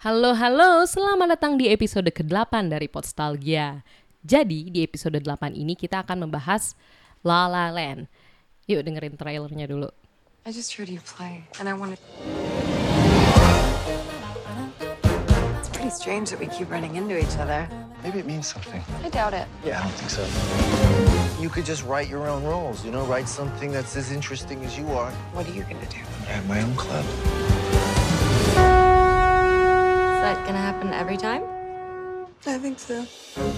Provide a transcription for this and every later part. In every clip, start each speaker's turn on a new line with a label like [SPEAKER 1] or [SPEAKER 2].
[SPEAKER 1] Halo, halo, selamat datang di episode ke-8 dari Podstalgia. Jadi, di episode 8 ini kita akan membahas La La Land. Yuk dengerin trailernya dulu.
[SPEAKER 2] I just heard you play, and I wanted... It's pretty strange that we keep running into each other.
[SPEAKER 3] Maybe it means something.
[SPEAKER 2] I doubt it.
[SPEAKER 3] Yeah, I don't think so. You could just write your own roles, write something that's as interesting as you are.
[SPEAKER 2] What are you gonna do?
[SPEAKER 3] I have my own club.
[SPEAKER 2] Is that gonna happen every time? I think so.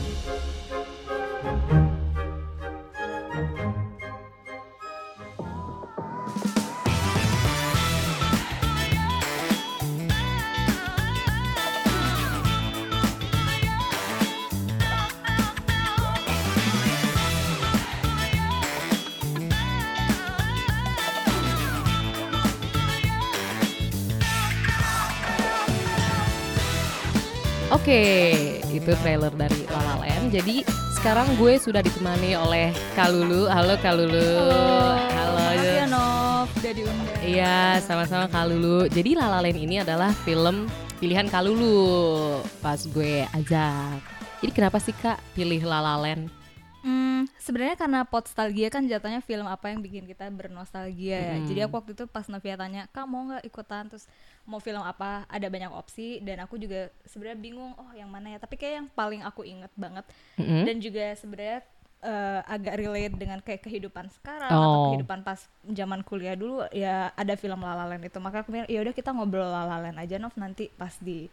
[SPEAKER 1] Oke, itu trailer dari La La Land. Jadi sekarang gue sudah ditemani oleh Kak Lulu. Halo Kak Lulu. Halo.
[SPEAKER 4] Makasih ya Nov, udah diundang.
[SPEAKER 1] Iya, sama-sama Kak Lulu. Jadi La La Land ini adalah film pilihan Kak Lulu pas gue ajak. Jadi kenapa sih Kak pilih La La Land?
[SPEAKER 4] Sebenarnya karena Podstalgia kan jatuhnya film apa yang bikin kita bernostalgia ya. Jadi aku waktu itu pas Novia tanya, Kak mau nggak ikutan, terus mau film apa, ada banyak opsi dan aku juga sebenarnya bingung, yang mana ya. Tapi kayak yang paling aku inget banget dan juga sebenarnya agak relate dengan kayak kehidupan sekarang atau kehidupan pas zaman kuliah dulu ya, ada film La La Land itu. Maka aku pikir ya udah kita ngobrol La La Land aja Nov nanti pas di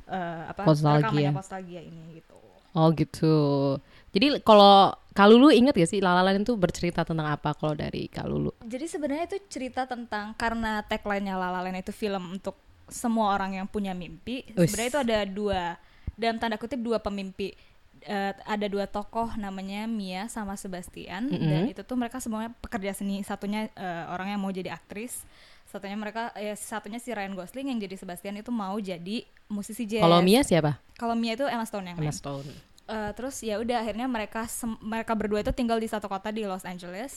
[SPEAKER 4] rekamannya Podstalgia ini gitu.
[SPEAKER 1] Oh gitu. Jadi kalau Kak Lulu inget gak sih La La Land itu bercerita tentang apa kalau dari Kak Lulu?
[SPEAKER 4] Jadi sebenarnya itu cerita tentang, karena tagline-nya La La Land itu film untuk semua orang yang punya mimpi. Sebenarnya itu ada dalam tanda kutip dua pemimpi. Ada dua tokoh namanya Mia sama Sebastian dan itu tuh mereka semuanya pekerja seni. Satunya orang yang mau jadi aktris. Satunya si Ryan Gosling yang jadi Sebastian itu mau jadi musisi jazz.
[SPEAKER 1] Kalau Mia siapa?
[SPEAKER 4] Kalau Mia itu Emma Stone yang main.
[SPEAKER 1] Emma Stone.
[SPEAKER 4] Terus ya udah akhirnya mereka berdua itu tinggal di satu kota di Los Angeles.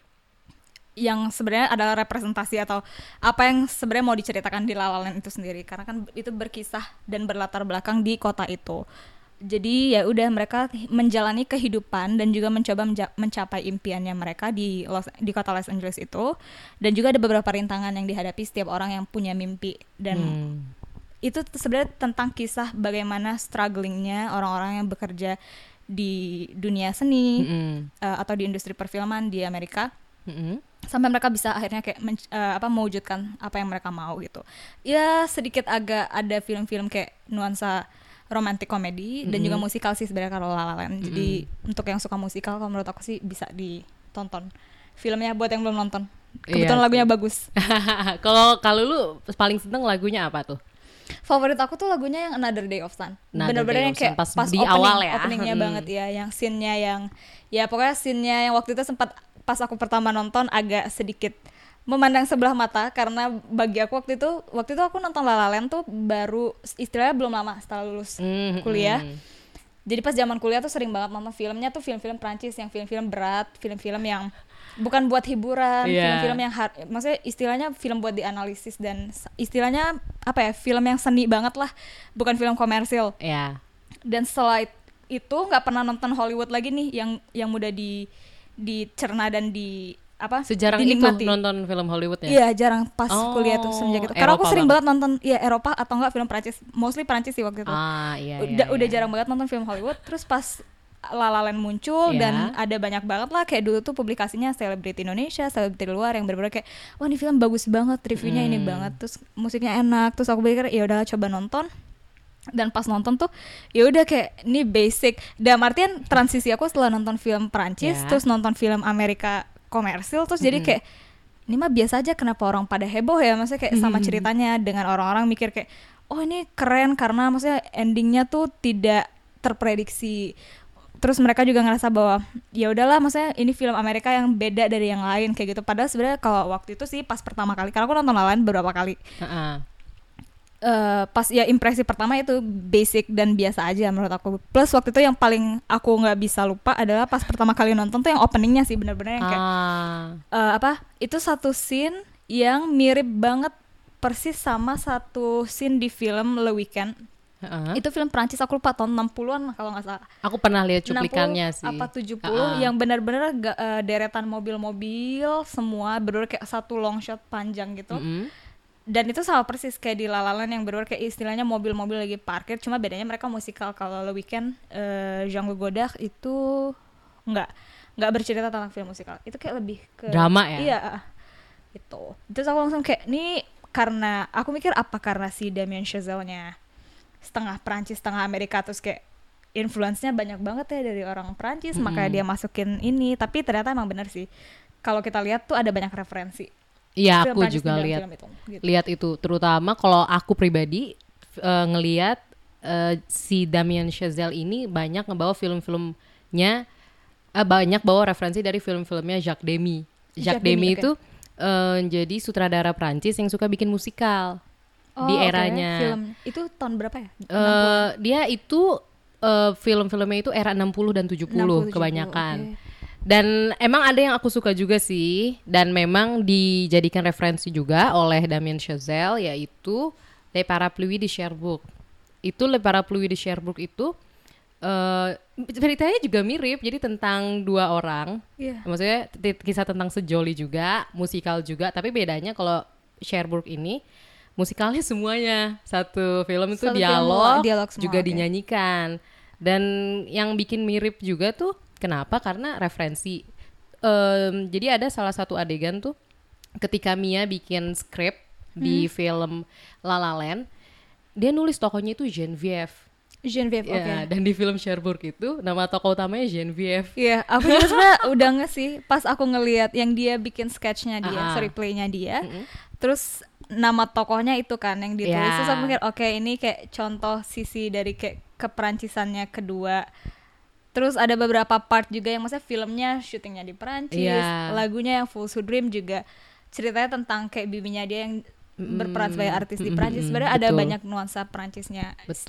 [SPEAKER 4] Yang sebenarnya adalah representasi atau apa yang sebenarnya mau diceritakan di La La Land itu sendiri, karena kan itu berkisah dan berlatar belakang di kota itu. Jadi ya udah mereka menjalani kehidupan dan juga mencoba mencapai impiannya mereka di kota Los Angeles itu, dan juga ada beberapa rintangan yang dihadapi setiap orang yang punya mimpi. Dan itu sebenarnya tentang kisah bagaimana strugglingnya orang-orang yang bekerja di dunia seni atau di industri perfilman di Amerika, sampai mereka bisa akhirnya kayak mewujudkan apa yang mereka mau gitu. Ya sedikit agak ada film-film kayak nuansa romantic komedi dan juga musikal sih sebenarnya kalau La La Land. Jadi untuk yang suka musikal, kalau menurut aku sih bisa ditonton filmnya. Buat yang belum nonton, kebetulan lagunya bagus.
[SPEAKER 1] Kalau lu paling seneng lagunya apa tuh?
[SPEAKER 4] Favorit aku tuh lagunya yang Another Day of Sun. Bener-bener yang kayak pas
[SPEAKER 1] di awal ya,
[SPEAKER 4] openingnya banget ya, yang scene-nya yang ya pokoknya scene-nya yang waktu itu sempat pas aku pertama nonton agak sedikit memandang sebelah mata, karena bagi aku waktu itu aku nonton La La Land tuh baru istilahnya belum lama setelah lulus kuliah. Jadi pas zaman kuliah tuh sering banget nonton filmnya tuh film-film Prancis, yang film-film berat, film-film yang bukan buat hiburan, film-film yang maksudnya istilahnya film buat dianalisis dan istilahnya apa ya, film yang seni banget lah, bukan film komersil. Dan setelah itu nggak pernah nonton Hollywood lagi nih yang mudah dicerna dan
[SPEAKER 1] sejarang
[SPEAKER 4] dinikmati.
[SPEAKER 1] Itu nonton film Hollywood ya?
[SPEAKER 4] Iya, jarang pas kuliah tuh semenjak itu. Karena aku sering banget nonton Eropa atau enggak film Prancis, mostly Prancis sih waktu itu. Udah jarang banget nonton film Hollywood. Terus pas La La Land muncul dan ada banyak banget lah, kayak dulu tuh publikasinya selebriti Indonesia, selebriti luar yang bener-bener kayak wah ini film bagus banget, reviewnya ini banget, terus musiknya enak. Terus aku pikir ya udah coba nonton. Dan pas nonton tuh ya udah kayak ini basic. Dan artian transisi aku setelah nonton film Prancis terus nonton film Amerika komersil, terus jadi kayak ini mah biasa aja, kenapa orang pada heboh ya, maksudnya kayak sama ceritanya dengan orang-orang mikir kayak oh ini keren karena maksudnya endingnya tuh tidak terprediksi. Terus mereka juga ngerasa bahwa ya udahlah, maksudnya ini film Amerika yang beda dari yang lain kayak gitu. Padahal sebenarnya kalau waktu itu sih pas pertama kali, karena aku nonton La La Land beberapa kali, pas ya impresi pertama itu basic dan biasa aja menurut aku. Plus waktu itu yang paling aku nggak bisa lupa adalah pas pertama kali nonton tuh yang openingnya sih, benar-benar yang kayak itu satu scene yang mirip banget persis sama satu scene di film Le Weekend. Itu film Prancis, aku lupa tahun 60-an kalau nggak salah.
[SPEAKER 1] Aku pernah lihat cuplikannya
[SPEAKER 4] 60,
[SPEAKER 1] sih.
[SPEAKER 4] apa 70 yang benar-benar deretan mobil-mobil semua benar kayak satu long shot panjang gitu. Dan itu sama persis kayak di La La Land yang benar kayak istilahnya mobil-mobil lagi parkir, cuma bedanya mereka musikal. Kalau Le Weekend Jean-Luc Godard itu nggak bercerita tentang film musikal. Itu kayak lebih ke
[SPEAKER 1] drama ya?
[SPEAKER 4] Iya. Itu. Terus aku langsung kayak nih, karena aku mikir apa karena si Damien Chazelle-nya setengah Prancis setengah Amerika, terus kayak influence-nya banyak banget ya dari orang Prancis, makanya dia masukin ini. Tapi ternyata emang benar sih, kalau kita lihat tuh ada banyak referensi.
[SPEAKER 1] Iya, aku juga lihat itu, terutama kalau aku pribadi ngelihat si Damien Chazelle ini banyak ngebawa film-filmnya, banyak bawa referensi dari film-filmnya Jacques Demy. Jacques Demy itu jadi sutradara Prancis yang suka bikin musikal. Di eranya.
[SPEAKER 4] Film itu tahun berapa ya?
[SPEAKER 1] Dia itu film-filmnya itu era 60 dan 70 kebanyakan. Dan emang ada yang aku suka juga sih, dan memang dijadikan referensi juga oleh Damien Chazelle, yaitu Les Parapluies de Cherbourg. Itu Les Parapluies de Cherbourg itu ceritanya juga mirip, jadi tentang dua orang. Maksudnya kisah tentang sejoli juga, musikal juga, tapi bedanya kalau Cherbourg ini musikalnya semuanya satu film itu dialog semua, juga dinyanyikan. Dan yang bikin mirip juga tuh kenapa? Karena referensi. Jadi ada salah satu adegan tuh ketika Mia bikin skrip di film La La Land, dia nulis tokohnya itu Geneviève. Dan di film Cherbourg itu nama tokoh utamanya Geneviève.
[SPEAKER 4] Aku juga sebenarnya udah sih pas aku ngelihat yang dia bikin sketchnya dia, playnya dia. Terus nama tokohnya itu kan yang ditulis, terus aku mikir oke, ini kayak contoh sisi dari kayak keperancisanya kedua. Terus ada beberapa part juga yang maksudnya filmnya syutingnya di Perancis, lagunya yang Fool's Dream juga ceritanya tentang kayak bibinya dia yang berperan sebagai artis di Perancis. Sebenarnya ada banyak nuansa Perancisnya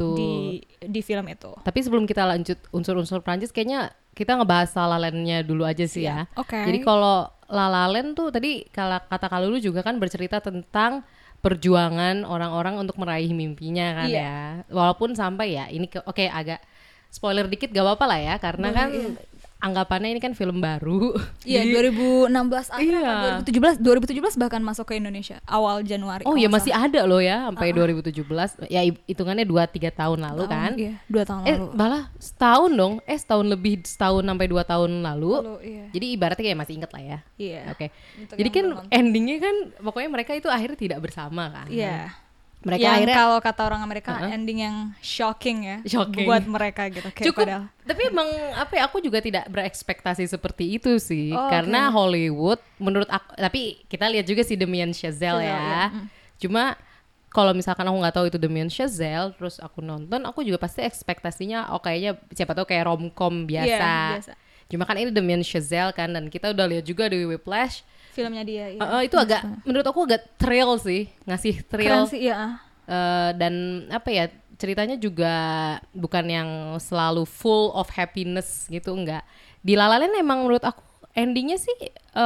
[SPEAKER 4] di film itu.
[SPEAKER 1] Tapi sebelum kita lanjut unsur-unsur Perancis, kayaknya kita ngebahas La La Land-nya dulu aja sih ya. Jadi kalau La La Land tuh tadi kata Kalulu juga kan bercerita tentang perjuangan orang-orang untuk meraih mimpinya kan ya. Walaupun sampai ya ini agak spoiler dikit gak apa-apa lah ya, karena kan anggapannya ini kan film baru.
[SPEAKER 4] 2016 akhir 2017 bahkan masuk ke Indonesia awal Januari.
[SPEAKER 1] Masih ada loh ya sampai 2017. Ya hitungannya 2-3 tahun lalu kan.
[SPEAKER 4] 2 tahun lalu.
[SPEAKER 1] Malah setahun dong. Setahun sampai 2 tahun lalu. Jadi ibaratnya kayak masih inget lah ya. Jadi kan endingnya kan pokoknya mereka itu akhirnya tidak bersama kan.
[SPEAKER 4] Mereka yang akhirnya kalau kata orang Amerika ending yang shocking buat mereka gitu kayak
[SPEAKER 1] cukup padahal. Tapi emang aku juga tidak berekspektasi seperti itu sih, karena Hollywood menurut aku, tapi kita lihat juga si Damien Chazelle ya. Cuma kalau misalkan aku nggak tahu itu Damien Chazelle, terus aku nonton, aku juga pasti ekspektasinya kayaknya siapa tahu kayak romcom biasa. Cuma kan ini Damien Chazelle kan, dan kita udah lihat juga di Whiplash
[SPEAKER 4] filmnya dia.
[SPEAKER 1] Itu agak menurut aku agak thrill sih, ngasih thrill.
[SPEAKER 4] Keren sih,
[SPEAKER 1] dan ceritanya juga bukan yang selalu full of happiness gitu, enggak. Di La La Land emang menurut aku endingnya sih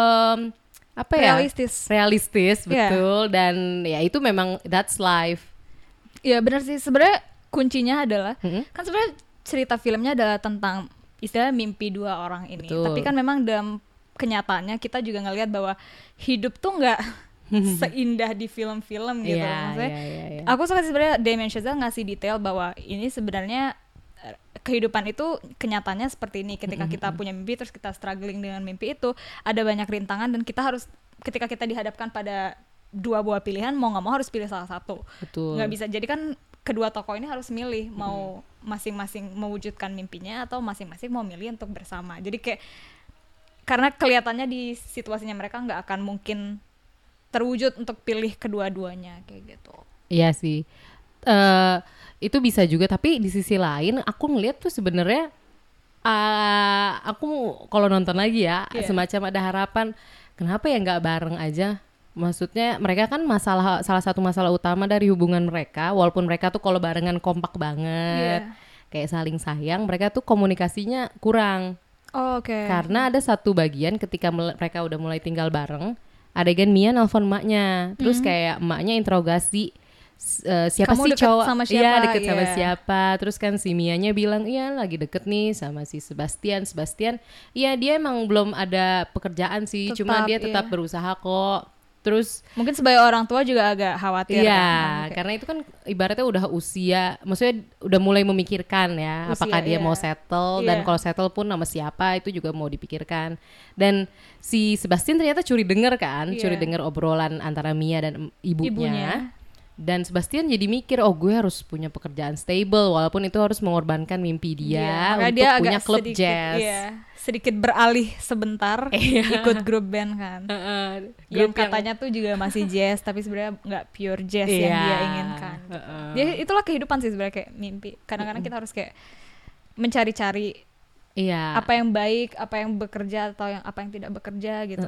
[SPEAKER 1] realistis betul, dan ya itu memang that's life.
[SPEAKER 4] Benar sih, sebenarnya kuncinya adalah kan sebenarnya cerita filmnya adalah tentang istilah mimpi dua orang ini. Betul. Tapi kan memang dalam kenyataannya kita juga ngelihat bahwa hidup tuh nggak seindah di film-film gitu. Maksudnya aku suka sih sebenarnya Damien Chazelle ngasih detail bahwa ini sebenarnya kehidupan itu kenyataannya seperti ini. Ketika kita punya mimpi terus kita struggling dengan mimpi itu, ada banyak rintangan dan kita harus, ketika kita dihadapkan pada dua buah pilihan, mau nggak mau harus pilih salah satu. Nggak bisa, jadi kan kedua tokoh ini harus milih mau masing-masing mewujudkan mimpinya atau masing-masing mau milih untuk bersama. Jadi kayak karena kelihatannya di situasinya mereka nggak akan mungkin terwujud untuk pilih kedua-duanya kayak gitu. Iya
[SPEAKER 1] sih, itu bisa juga. Tapi di sisi lain aku ngeliat tuh sebenarnya aku kalau nonton lagi ya semacam ada harapan, kenapa ya nggak bareng aja. Maksudnya mereka kan salah satu masalah utama dari hubungan mereka, walaupun mereka tuh kalau barengan kompak banget, kayak saling sayang, mereka tuh komunikasinya kurang. Karena ada satu bagian ketika mereka udah mulai tinggal bareng, adegan Mia nelfon emaknya, terus kayak emaknya interogasi siapa
[SPEAKER 4] Kamu
[SPEAKER 1] sih
[SPEAKER 4] deket
[SPEAKER 1] cowok,
[SPEAKER 4] sama siapa?
[SPEAKER 1] iya deket sama siapa, terus kan si Mianya bilang iya lagi deket nih sama si Sebastian, iya dia emang belum ada pekerjaan sih, cuma dia tetap berusaha kok. Terus
[SPEAKER 4] mungkin sebagai orang tua juga agak khawatir
[SPEAKER 1] kan? Karena itu kan ibaratnya udah usia, maksudnya udah mulai memikirkan ya, apakah dia mau settle, dan kalau settle pun sama siapa itu juga mau dipikirkan. Dan si Sebastian ternyata curi denger obrolan antara Mia dan ibunya. Dan Sebastian jadi mikir, oh gue harus punya pekerjaan stable walaupun itu harus mengorbankan mimpi dia untuk dia punya klub jazz.
[SPEAKER 4] Sedikit beralih sebentar ikut grup band kan. Yang katanya tuh juga masih jazz tapi sebenarnya nggak pure jazz yang dia inginkan. Jadi itulah kehidupan sih sebenarnya, kayak mimpi. Kadang-kadang kita harus kayak mencari-cari apa yang baik, apa yang bekerja atau apa yang tidak bekerja gitu.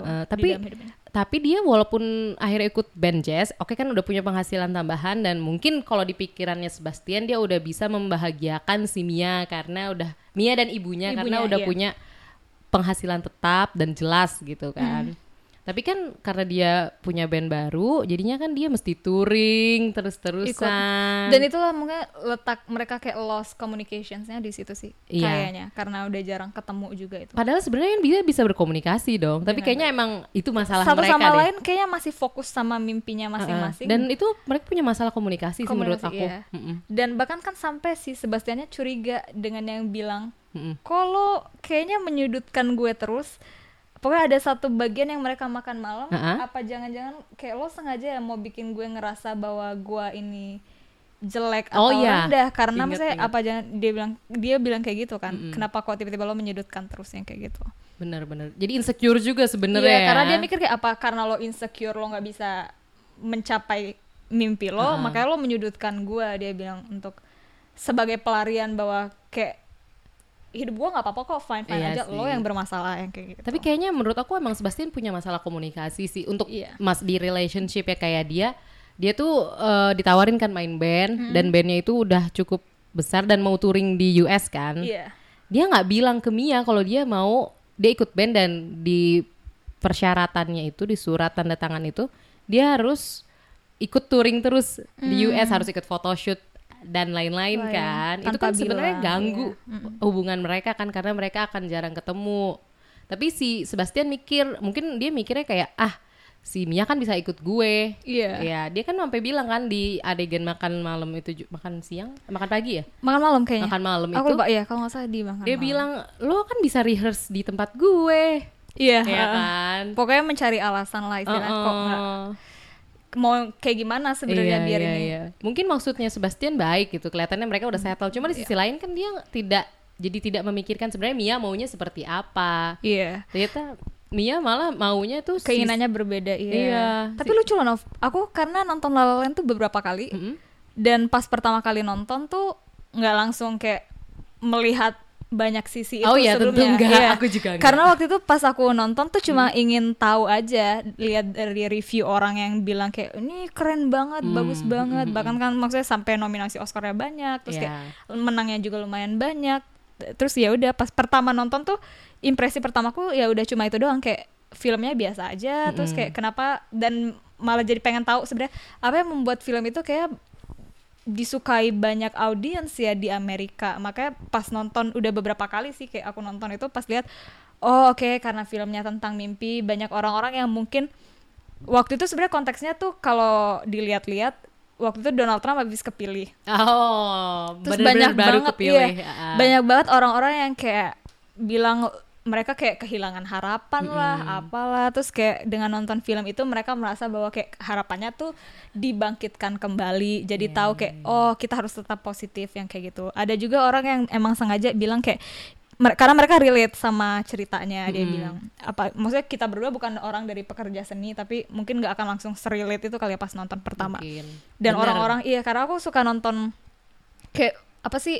[SPEAKER 1] Tapi dia walaupun akhirnya ikut band jazz, oke kan udah punya penghasilan tambahan, dan mungkin kalau di pikirannya Sebastian dia udah bisa membahagiakan si Mia karena udah Mia dan ibunya karena udah punya penghasilan tetap dan jelas gitu kan. Tapi kan karena dia punya band baru, jadinya kan dia mesti touring terus-terusan.
[SPEAKER 4] Dan itulah mungkin letak mereka kayak lost communicationsnya di situ sih, kayaknya karena udah jarang ketemu juga itu.
[SPEAKER 1] Padahal sebenarnya dia bisa berkomunikasi dong, tapi kayaknya emang itu masalah
[SPEAKER 4] satu
[SPEAKER 1] mereka
[SPEAKER 4] sama
[SPEAKER 1] deh.
[SPEAKER 4] lain kayaknya masih fokus sama mimpinya masing-masing.
[SPEAKER 1] Dan itu mereka punya masalah komunikasi sih menurut aku.
[SPEAKER 4] Dan bahkan kan sampai si Sebastiannya curiga dengan yang bilang, kalau kayaknya menyudutkan gue terus. Pokoknya ada satu bagian yang mereka makan malam, apa jangan-jangan kayak lo sengaja ya mau bikin gue ngerasa bahwa gue ini jelek atau rendah karena misalnya apa jangan dia bilang kayak gitu kan. Kenapa kok tiba-tiba lo menyudutkan terus yang kayak gitu.
[SPEAKER 1] Benar-benar. Jadi insecure juga sebenarnya.
[SPEAKER 4] Iya, karena dia mikir kayak apa karena lo insecure lo nggak bisa mencapai mimpi lo, makanya lo menyudutkan gue, dia bilang, untuk sebagai pelarian bahwa kayak hidup gue nggak apa-apa kok, fine aja sih. Lo yang bermasalah yang kayak gitu.
[SPEAKER 1] Tapi kayaknya menurut aku emang Sebastian punya masalah komunikasi sih untuk mas di relationship ya, kayak dia tuh ditawarin kan main band dan bandnya itu udah cukup besar dan mau touring di US kan. Dia nggak bilang ke Mia kalau dia ikut band, dan di persyaratannya itu, di surat tanda tangan itu dia harus ikut touring terus di US, harus ikut photoshoot dan lain-lain kan. Itu kan sebenarnya ganggu hubungan mereka kan, karena mereka akan jarang ketemu. Tapi si Sebastian mungkin dia mikirnya kayak si Mia kan bisa ikut gue. Ya, dia kan sampai bilang kan di adegan makan malam itu, makan siang, makan pagi ya?
[SPEAKER 4] Makan malam kayaknya.
[SPEAKER 1] Makan malam
[SPEAKER 4] aku
[SPEAKER 1] itu.
[SPEAKER 4] Lupa ya, kalau nggak salah di makan.
[SPEAKER 1] Dia bilang, lo kan bisa rehearse di tempat gue.
[SPEAKER 4] Iya
[SPEAKER 1] kan.
[SPEAKER 4] Pokoknya mencari alasan lah istilahnya, kok nggak mau kayak gimana sebenarnya biar ini.
[SPEAKER 1] Mungkin maksudnya Sebastian baik gitu, kelihatannya mereka udah settle. Cuma di sisi lain kan dia tidak memikirkan sebenarnya Mia maunya seperti apa. Ternyata Mia malah maunya tuh
[SPEAKER 4] keinginannya berbeda. Tapi lucu loh Nov, aku karena nonton La La Land tuh beberapa kali, dan pas pertama kali nonton tuh nggak langsung kayak melihat banyak sisi itu sebelumnya.
[SPEAKER 1] Tentu enggak. Aku juga enggak.
[SPEAKER 4] Karena waktu itu pas aku nonton tuh cuma ingin tahu aja, lihat dari review orang yang bilang kayak ini keren banget, bagus banget, bahkan kan maksudnya sampai nominasi Oscar-nya banyak, terus kayak menangnya juga lumayan banyak. Terus ya udah pas pertama nonton tuh impresi pertamaku ya udah cuma itu doang, kayak filmnya biasa aja. Terus kayak kenapa, dan malah jadi pengen tahu sebenarnya apa yang membuat film itu kayak disukai banyak audiens ya di Amerika. Makanya pas nonton udah beberapa kali sih kayak aku nonton itu, pas lihat oke, karena filmnya tentang mimpi, banyak orang-orang yang mungkin waktu itu sebenarnya konteksnya tuh kalau dilihat-lihat waktu itu Donald Trump habis kepilih. Terus banyak
[SPEAKER 1] baru
[SPEAKER 4] banget
[SPEAKER 1] kepilih.
[SPEAKER 4] Banyak banget orang-orang yang kayak bilang mereka kayak kehilangan harapan lah, apalah. Terus kayak dengan nonton film itu mereka merasa bahwa kayak harapannya tuh dibangkitkan kembali. Jadi tahu kayak kita harus tetap positif yang kayak gitu. Ada juga orang yang emang sengaja bilang kayak karena mereka relate sama ceritanya. Dia bilang maksudnya kita berdua bukan orang dari pekerja seni, tapi mungkin nggak akan langsung serelate itu kali ya pas nonton pertama. Dan orang-orang karena aku suka nonton kayak apa sih,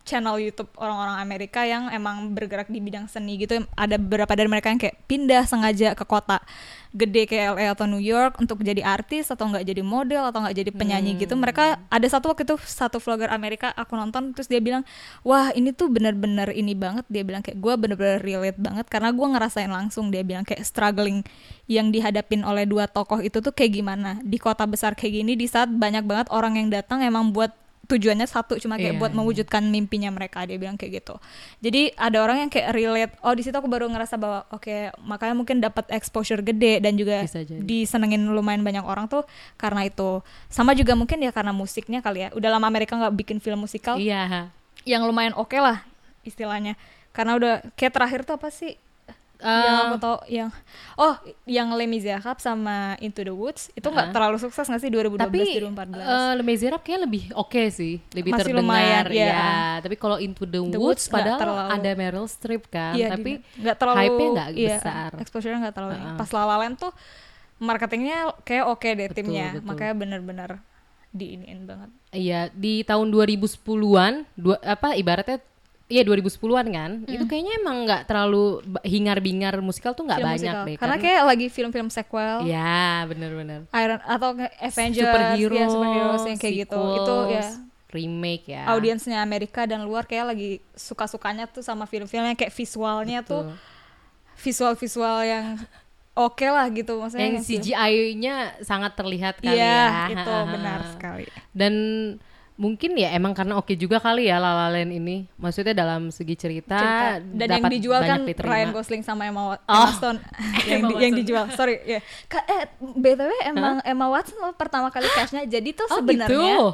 [SPEAKER 4] channel YouTube orang-orang Amerika yang emang bergerak di bidang seni gitu. Ada beberapa dari mereka yang kayak pindah sengaja ke kota gede kayak LA atau New York untuk jadi artis atau nggak jadi model atau nggak jadi penyanyi gitu. Mereka ada satu waktu itu satu vlogger Amerika aku nonton, terus dia bilang, wah ini tuh bener-bener ini banget. Dia bilang kayak gue bener-bener relate banget karena gue ngerasain langsung. Dia bilang kayak struggling yang dihadapin oleh dua tokoh itu tuh kayak gimana di kota besar kayak gini, di saat banyak banget orang yang datang emang buat tujuannya satu, cuma kayak buat mewujudkan mimpinya mereka. Dia bilang kayak gitu. Jadi ada orang yang kayak relate, oh di situ aku baru ngerasa bahwa oke, makanya mungkin dapat exposure gede dan juga disenengin lumayan banyak orang tuh karena itu. Sama juga mungkin ya karena musiknya kali ya, udah lama Amerika nggak bikin film musikal yang lumayan oke lah istilahnya, karena udah kayak terakhir tuh apa sih yang aku tau yang Les Miserables sama Into the Woods itu nggak terlalu sukses nggak sih 2012 2014.
[SPEAKER 1] Les Miserables kayak lebih oke sih, lebih
[SPEAKER 4] masih
[SPEAKER 1] terdengar
[SPEAKER 4] lumayan,
[SPEAKER 1] ya. Tapi kalau Into the Woods padahal ada Meryl Streep kan, tapi
[SPEAKER 4] nggak terlalu
[SPEAKER 1] hype-nya nggak besar,
[SPEAKER 4] exposure-nya nggak terlalu. Pas La La Land tuh marketingnya kayak oke deh timnya, makanya benar-benar diiniin banget.
[SPEAKER 1] Iya, di tahun 2010-an ibaratnya 2010-an kan, itu kayaknya emang nggak terlalu hingar-bingar musikal tuh nggak banyak
[SPEAKER 4] musikal.
[SPEAKER 1] deh.
[SPEAKER 4] Karena kayak lagi film-film sequel.
[SPEAKER 1] Ya, bener-bener.
[SPEAKER 4] Iron atau Avengers, superheroes yang kayak
[SPEAKER 1] sequels,
[SPEAKER 4] gitu. Itu ya
[SPEAKER 1] remake ya.
[SPEAKER 4] Audiensnya Amerika dan luar kayak lagi suka-sukanya tuh sama film-film yang kayak visualnya tuh visual-visual yang oke lah gitu, maksudnya
[SPEAKER 1] yang CGI-nya sangat terlihat kali
[SPEAKER 4] ya. Iya, itu benar sekali.
[SPEAKER 1] Dan mungkin ya emang karena oke juga kali ya La La Land ini. Maksudnya dalam segi cerita
[SPEAKER 4] dan yang dijual kan Ryan Gosling sama Emma Stone yang dijual. Sorry ya. BTW Emma Watson pertama kali cast-nya. Jadi tuh sebenarnya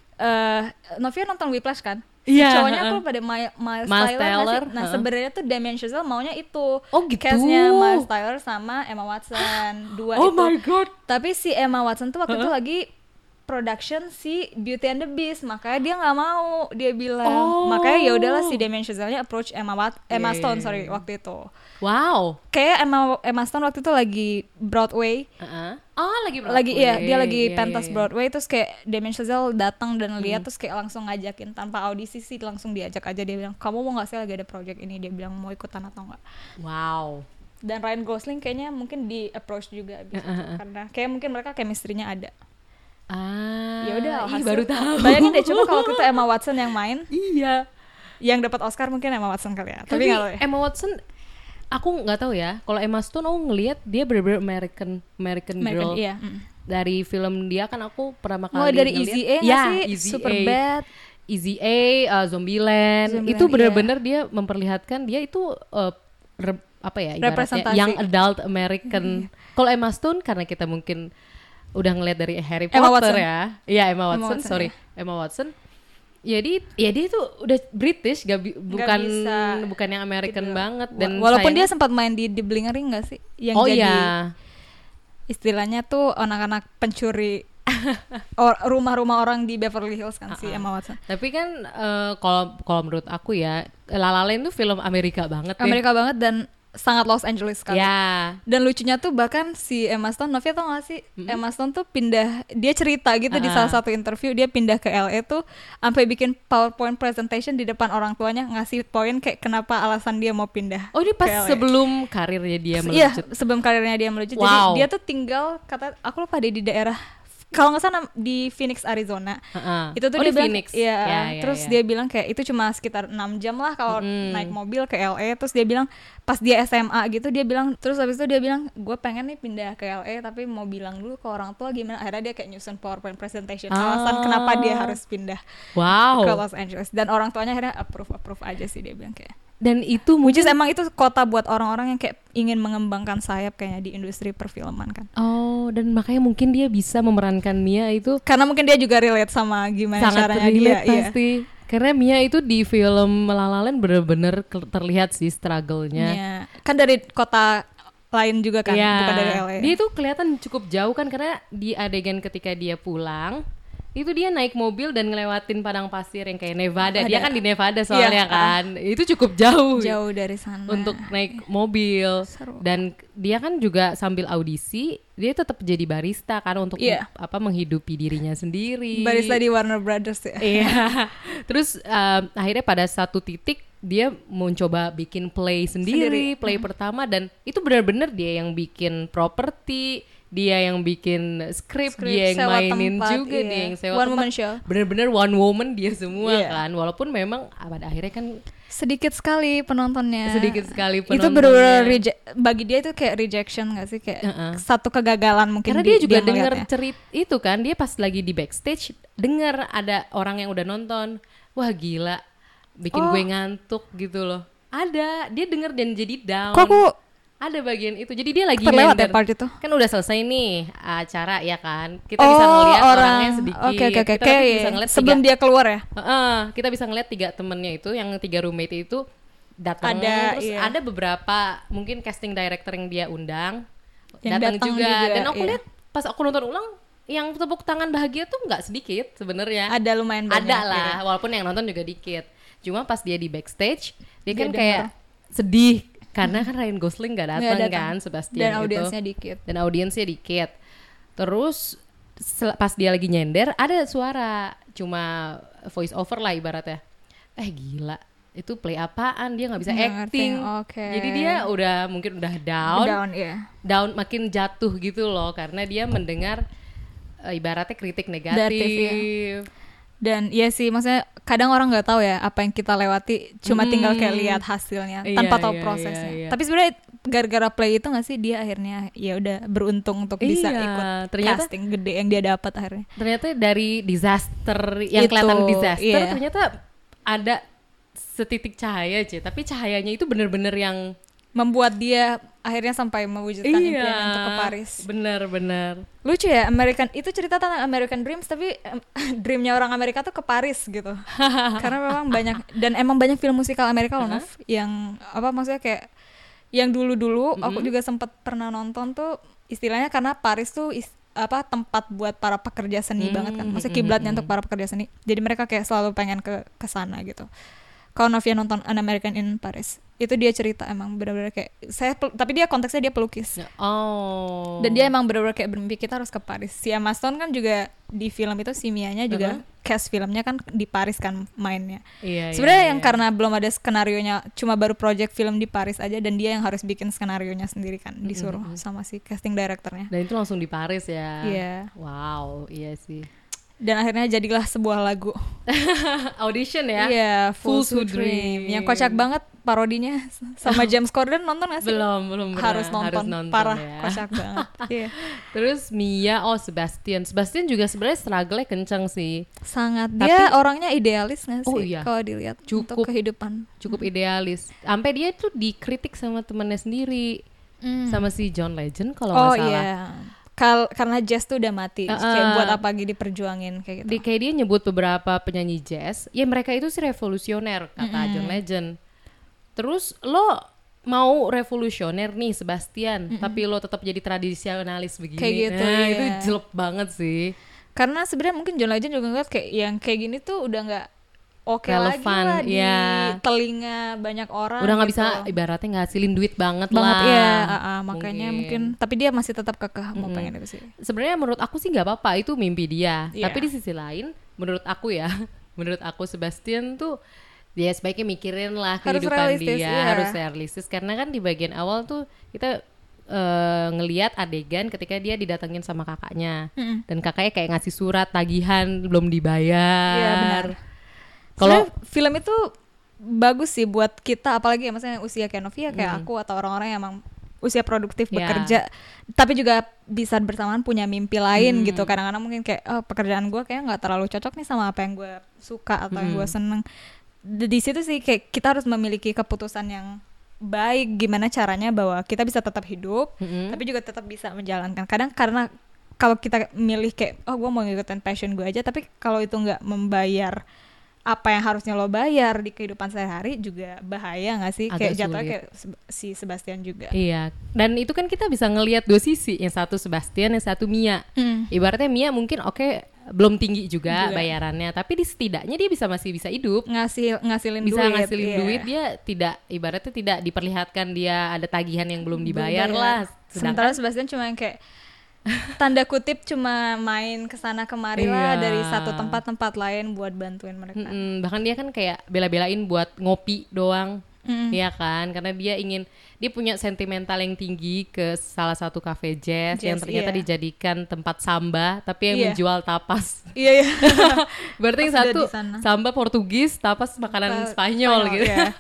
[SPEAKER 4] Novia nonton Whiplash kan? Cowoknya aku pada Miles Tyler. Nah sebenarnya tuh Damien Chazelle maunya itu cast-nya Miles Tyler sama Emma Watson dua itu.
[SPEAKER 1] My god.
[SPEAKER 4] Tapi si Emma Watson tuh waktu itu lagi production si Beauty and the Beast, makanya dia nggak mau, dia bilang makanya ya udahlah si Damien Chazelle-nya approach Emma Stone waktu itu.
[SPEAKER 1] Wow.
[SPEAKER 4] Kayak Emma Stone waktu itu lagi Broadway.
[SPEAKER 1] Lagi Broadway.
[SPEAKER 4] Dia lagi pentas Broadway, terus kayak Damien Chazelle datang dan lihat, terus kayak langsung ngajakin tanpa audisi sih, langsung diajak aja. Dia bilang, kamu mau nggak sih lagi ada project ini? Dia bilang mau ikutan atau nggak?
[SPEAKER 1] Wow.
[SPEAKER 4] Dan Ryan Gosling kayaknya mungkin di approach juga abis itu, karena kayak mungkin mereka chemistry-nya ada. Ya udah,
[SPEAKER 1] baru tahu.
[SPEAKER 4] Bayangin deh coba kalau itu Emma Watson yang main.
[SPEAKER 1] Iya.
[SPEAKER 4] Yang dapat Oscar mungkin Emma Watson kali ya. Tapi
[SPEAKER 1] ya. Emma Watson aku nggak tahu ya. Kalau Emma Stone aku ngelihat dia bener-bener American girl.
[SPEAKER 4] Iya.
[SPEAKER 1] Dari film dia kan aku pertama kali
[SPEAKER 4] mulai dari Easy A nggak sih? Superbad,
[SPEAKER 1] Easy A, Zombieland. Itu bener-bener dia memperlihatkan dia itu ibaratnya young adult American. Kalau Emma Stone karena kita mungkin udah ngeliat dari Harry Potter ya. Iya, Emma Watson. Emma Watson. Jadi ya dia tuh udah British, bukan yang American banget. Dan
[SPEAKER 4] walaupun dia sempat main di The Bling Ring nggak sih? Yang jadi istilahnya tuh anak-anak pencuri rumah-rumah orang di Beverly Hills kan si Emma Watson.
[SPEAKER 1] Tapi kan kalau menurut aku ya La La Land tuh film Amerika banget.
[SPEAKER 4] Amerika banget dan sangat Los Angeles sekali.
[SPEAKER 1] Yeah.
[SPEAKER 4] Dan lucunya tuh bahkan si Emma Stone, Novia tau gak sih? Emma Stone tuh pindah, dia cerita gitu di salah satu interview, dia pindah ke LA tuh sampai bikin PowerPoint presentation di depan orang tuanya, ngasih poin kayak kenapa alasan dia mau pindah.
[SPEAKER 1] Oh, ini pas sebelum karirnya dia melejit.
[SPEAKER 4] Iya, sebelum karirnya dia melejit. Jadi dia tuh tinggal, aku lupa deh di daerah, kalau nggak salah di Phoenix, Arizona. Itu tuh dia bilang,
[SPEAKER 1] Phoenix.
[SPEAKER 4] Terus dia bilang kayak itu cuma sekitar 6 jam lah kalau naik mobil ke LA. Terus dia bilang pas dia SMA gitu, dia bilang, terus habis itu dia bilang, gue pengen nih pindah ke LA tapi mau bilang dulu ke orang tua gimana. Akhirnya dia kayak nyusun PowerPoint presentation alasan kenapa dia harus pindah ke Los Angeles. Dan orang tuanya akhirnya approve aja sih, dia bilang kayak.
[SPEAKER 1] Dan itu mungkin
[SPEAKER 4] emang itu kota buat orang-orang yang kayak ingin mengembangkan sayap kayaknya di industri perfilman kan.
[SPEAKER 1] Oh, dan makanya mungkin dia bisa memerankan Mia itu
[SPEAKER 4] karena mungkin dia juga relate sama gimana
[SPEAKER 1] sangat
[SPEAKER 4] caranya dia
[SPEAKER 1] pasti. Karena Mia itu di film La La Land bener-bener terlihat sih struggle-nya.
[SPEAKER 4] Iya. Kan dari kota lain juga kan, bukan dari LA.
[SPEAKER 1] Dia tuh kelihatan cukup jauh kan, karena di adegan ketika dia pulang Itu dia naik mobil dan ngelewatin padang pasir yang kayak Nevada. Dia kan di Nevada soalnya kan. Itu cukup jauh.
[SPEAKER 4] Jauh dari sana.
[SPEAKER 1] Untuk naik mobil.
[SPEAKER 4] Seru.
[SPEAKER 1] Dan dia kan juga sambil audisi, dia tetap jadi barista kan untuk menghidupi dirinya sendiri.
[SPEAKER 4] Barista di Warner Brothers ya.
[SPEAKER 1] Iya. Terus akhirnya pada satu titik dia mencoba bikin play sendiri. Play pertama, dan itu benar-benar dia yang bikin properti, dia yang bikin skrip, dia yang mainin tempat, juga, dia yang sewa
[SPEAKER 4] one woman show.
[SPEAKER 1] Bener-bener one woman dia semua kan. Walaupun memang pada akhirnya kan
[SPEAKER 4] sedikit sekali penontonnya. Itu bener-bener bagi dia itu kayak rejection gak sih, kayak satu kegagalan mungkin.
[SPEAKER 1] Karena dia juga denger cerita itu kan, dia pas lagi di backstage denger ada orang yang udah nonton, wah gila, bikin gue ngantuk gitu loh. Ada, dia denger dan jadi down.
[SPEAKER 4] Kok aku
[SPEAKER 1] ada bagian itu, jadi dia lagi
[SPEAKER 4] terlewat ya part itu.
[SPEAKER 1] Kan udah selesai nih acara ya kan, kita bisa ngeliat orangnya sedikit. Kita bisa ngeliat
[SPEAKER 4] sebelum dia keluar ya.
[SPEAKER 1] Kita bisa ngeliat 3 temennya itu, yang 3 roommate itu datang. Terus ada beberapa mungkin casting director yang dia undang datang juga. Dan aku lihat pas aku nonton ulang, yang tepuk tangan bahagia tuh nggak sedikit sebenarnya.
[SPEAKER 4] Ada lumayan banyak.
[SPEAKER 1] Ada lah, walaupun yang nonton juga dikit. Cuma pas dia di backstage, dia kan kayak sedih. Karena kan Ryan Gosling gak datang kan, Sebastian
[SPEAKER 4] dan
[SPEAKER 1] itu.
[SPEAKER 4] Dan
[SPEAKER 1] audiensnya dikit. Terus pas dia lagi nyender, ada suara, cuma voice over lah ibaratnya. Gila, itu play apaan, dia gak bisa acting. Jadi dia mungkin udah down, makin jatuh gitu loh. Karena dia mendengar ibaratnya kritik negatif.
[SPEAKER 4] Dan iya sih, maksudnya kadang orang nggak tahu ya apa yang kita lewati, cuma tinggal kayak lihat hasilnya tanpa tahu prosesnya. Tapi sebenarnya gara-gara play itu nggak sih dia akhirnya ya udah beruntung untuk bisa ikut casting gede yang dia dapat akhirnya.
[SPEAKER 1] Ternyata dari disaster yang kelihatan disaster, ternyata ada setitik cahaya aja. Tapi cahayanya itu benar-benar yang
[SPEAKER 4] membuat dia akhirnya sampai mewujudkan impiannya untuk ke Paris.
[SPEAKER 1] Benar-benar
[SPEAKER 4] lucu ya, itu cerita tentang American Dreams, tapi dreamnya orang Amerika tuh ke Paris gitu. Karena memang banyak film musikal Amerika loh, yang maksudnya kayak yang dulu-dulu aku juga sempat pernah nonton tuh, istilahnya karena Paris tuh tempat buat para pekerja seni banget kan, maksudnya kiblatnya untuk para pekerja seni. Jadi mereka kayak selalu pengen ke sana gitu. Kalau Novia nonton An American in Paris, itu dia cerita emang benar-benar kayak tapi dia konteksnya dia pelukis. Dan dia emang benar-benar kayak bermimpi kita harus ke Paris. Si Emma Stone kan juga di film itu, si Mia-nya juga cast filmnya kan di Paris kan mainnya. Sebenarnya yang karena belum ada skenarionya, cuma baru project film di Paris aja, dan dia yang harus bikin skenarionya sendiri kan, disuruh sama si casting directornya.
[SPEAKER 1] Dan itu langsung di Paris ya.
[SPEAKER 4] Wow,
[SPEAKER 1] iya sih.
[SPEAKER 4] Dan akhirnya jadilah sebuah lagu.
[SPEAKER 1] Audition ya?
[SPEAKER 4] Iya, Fools Who Dream. Yang kocak banget parodinya sama James Corden, nonton gak sih?
[SPEAKER 1] Belum
[SPEAKER 4] harus nonton parah ya. Kocak banget.
[SPEAKER 1] Terus Mia, Sebastian juga sebenarnya struggle-nya kenceng sih.
[SPEAKER 4] Sangat. Dia orangnya idealis gak sih? Kalau dilihat
[SPEAKER 1] untuk
[SPEAKER 4] kehidupan.
[SPEAKER 1] Cukup idealis. Sampai dia tuh dikritik sama temannya sendiri. Sama si John Legend kalau nggak salah. Iya.
[SPEAKER 4] Karena jazz tuh udah mati, kayak buat apa lagi diperjuangin kayak gitu.
[SPEAKER 1] Kayak dia nyebut beberapa penyanyi jazz, ya mereka itu sih revolusioner kata John Legend. Terus lo mau revolusioner nih Sebastian, tapi lo tetap jadi tradisionalis begini.
[SPEAKER 4] Kayak gitu,
[SPEAKER 1] itu jelek banget sih.
[SPEAKER 4] Karena sebenarnya mungkin John Legend juga ngeliat kayak yang kayak gini tuh udah nggak oke lagi lah di telinga banyak orang.
[SPEAKER 1] Udah nggak bisa, ibaratnya ngasilin duit banget
[SPEAKER 4] lah. Makanya mungkin. Tapi dia masih tetap kekeh mau pengen itu sih.
[SPEAKER 1] Sebenarnya menurut aku sih nggak apa-apa, itu mimpi dia. Tapi di sisi lain, menurut aku Sebastian tuh dia sebaiknya mikirin lah kehidupan dia, harus realistis. Karena kan di bagian awal tuh kita ngelihat adegan ketika dia didatengin sama kakaknya, dan kakaknya kayak ngasih surat tagihan belum dibayar.
[SPEAKER 4] Iya benar. Kalau film itu bagus sih buat kita, apalagi ya maksudnya usia kayak Novia, kayak aku, atau orang-orang yang emang usia produktif bekerja, tapi juga bisa bersamaan punya mimpi lain gitu. Kadang-kadang mungkin kayak pekerjaan gue kayak nggak terlalu cocok nih sama apa yang gue suka atau yang gue seneng. Di situ sih kayak kita harus memiliki keputusan yang baik, gimana caranya bahwa kita bisa tetap hidup, tapi juga tetap bisa menjalankan. Kadang karena kalau kita milih kayak gue mau ngikutin passion gue aja, tapi kalau itu nggak membayar apa yang harusnya lo bayar di kehidupan sehari, juga bahaya nggak sih? Agak kayak jatuhnya kayak si Sebastian juga.
[SPEAKER 1] Iya. Dan itu kan kita bisa ngelihat dua sisi, yang satu Sebastian, yang satu Mia. Ibaratnya Mia mungkin belum tinggi juga bayarannya, tapi setidaknya dia masih bisa hidup,
[SPEAKER 4] ngasilin
[SPEAKER 1] duit. Dia tidak, ibaratnya tidak diperlihatkan dia ada tagihan yang belum dibayar lah.
[SPEAKER 4] Sementara Sebastian cuma yang kayak tanda kutip cuma main kesana kemari lah dari satu tempat lain buat bantuin mereka.
[SPEAKER 1] Bahkan dia kan kayak bela-belain buat ngopi doang. Iya kan, karena dia punya sentimental yang tinggi ke salah satu cafe jazz yang ternyata dijadikan tempat samba, tapi yang menjual tapas.
[SPEAKER 4] Iya.
[SPEAKER 1] Berarti yang satu samba Portugis, tapas makanan Spanyol gitu.
[SPEAKER 4] Iya.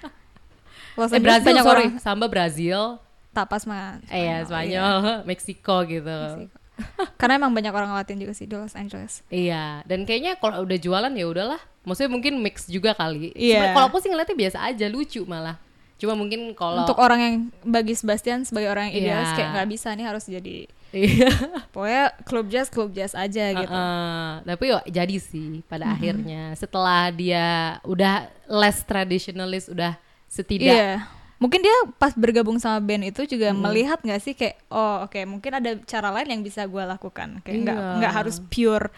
[SPEAKER 1] Brazil, samba Brazil,
[SPEAKER 4] tapas mah
[SPEAKER 1] Spanyol, Meksiko gitu.
[SPEAKER 4] Karena emang banyak orang Latin juga sih di Los Angeles.
[SPEAKER 1] Iya, dan kayaknya kalau udah jualan ya udahlah. Maksudnya mungkin mix juga kali. Iya. Kalau aku sih ngeliatnya biasa aja, lucu malah. Cuma mungkin kalau
[SPEAKER 4] untuk orang yang bagi Sebastian sebagai orang yang idealis kayak nggak bisa nih, harus jadi pokoknya klub jazz aja gitu.
[SPEAKER 1] Tapi jadi sih pada akhirnya setelah dia udah less traditionalist, udah setidak
[SPEAKER 4] mungkin dia pas bergabung sama band itu juga melihat nggak sih kayak mungkin ada cara lain yang bisa gue lakukan, kayak nggak harus pure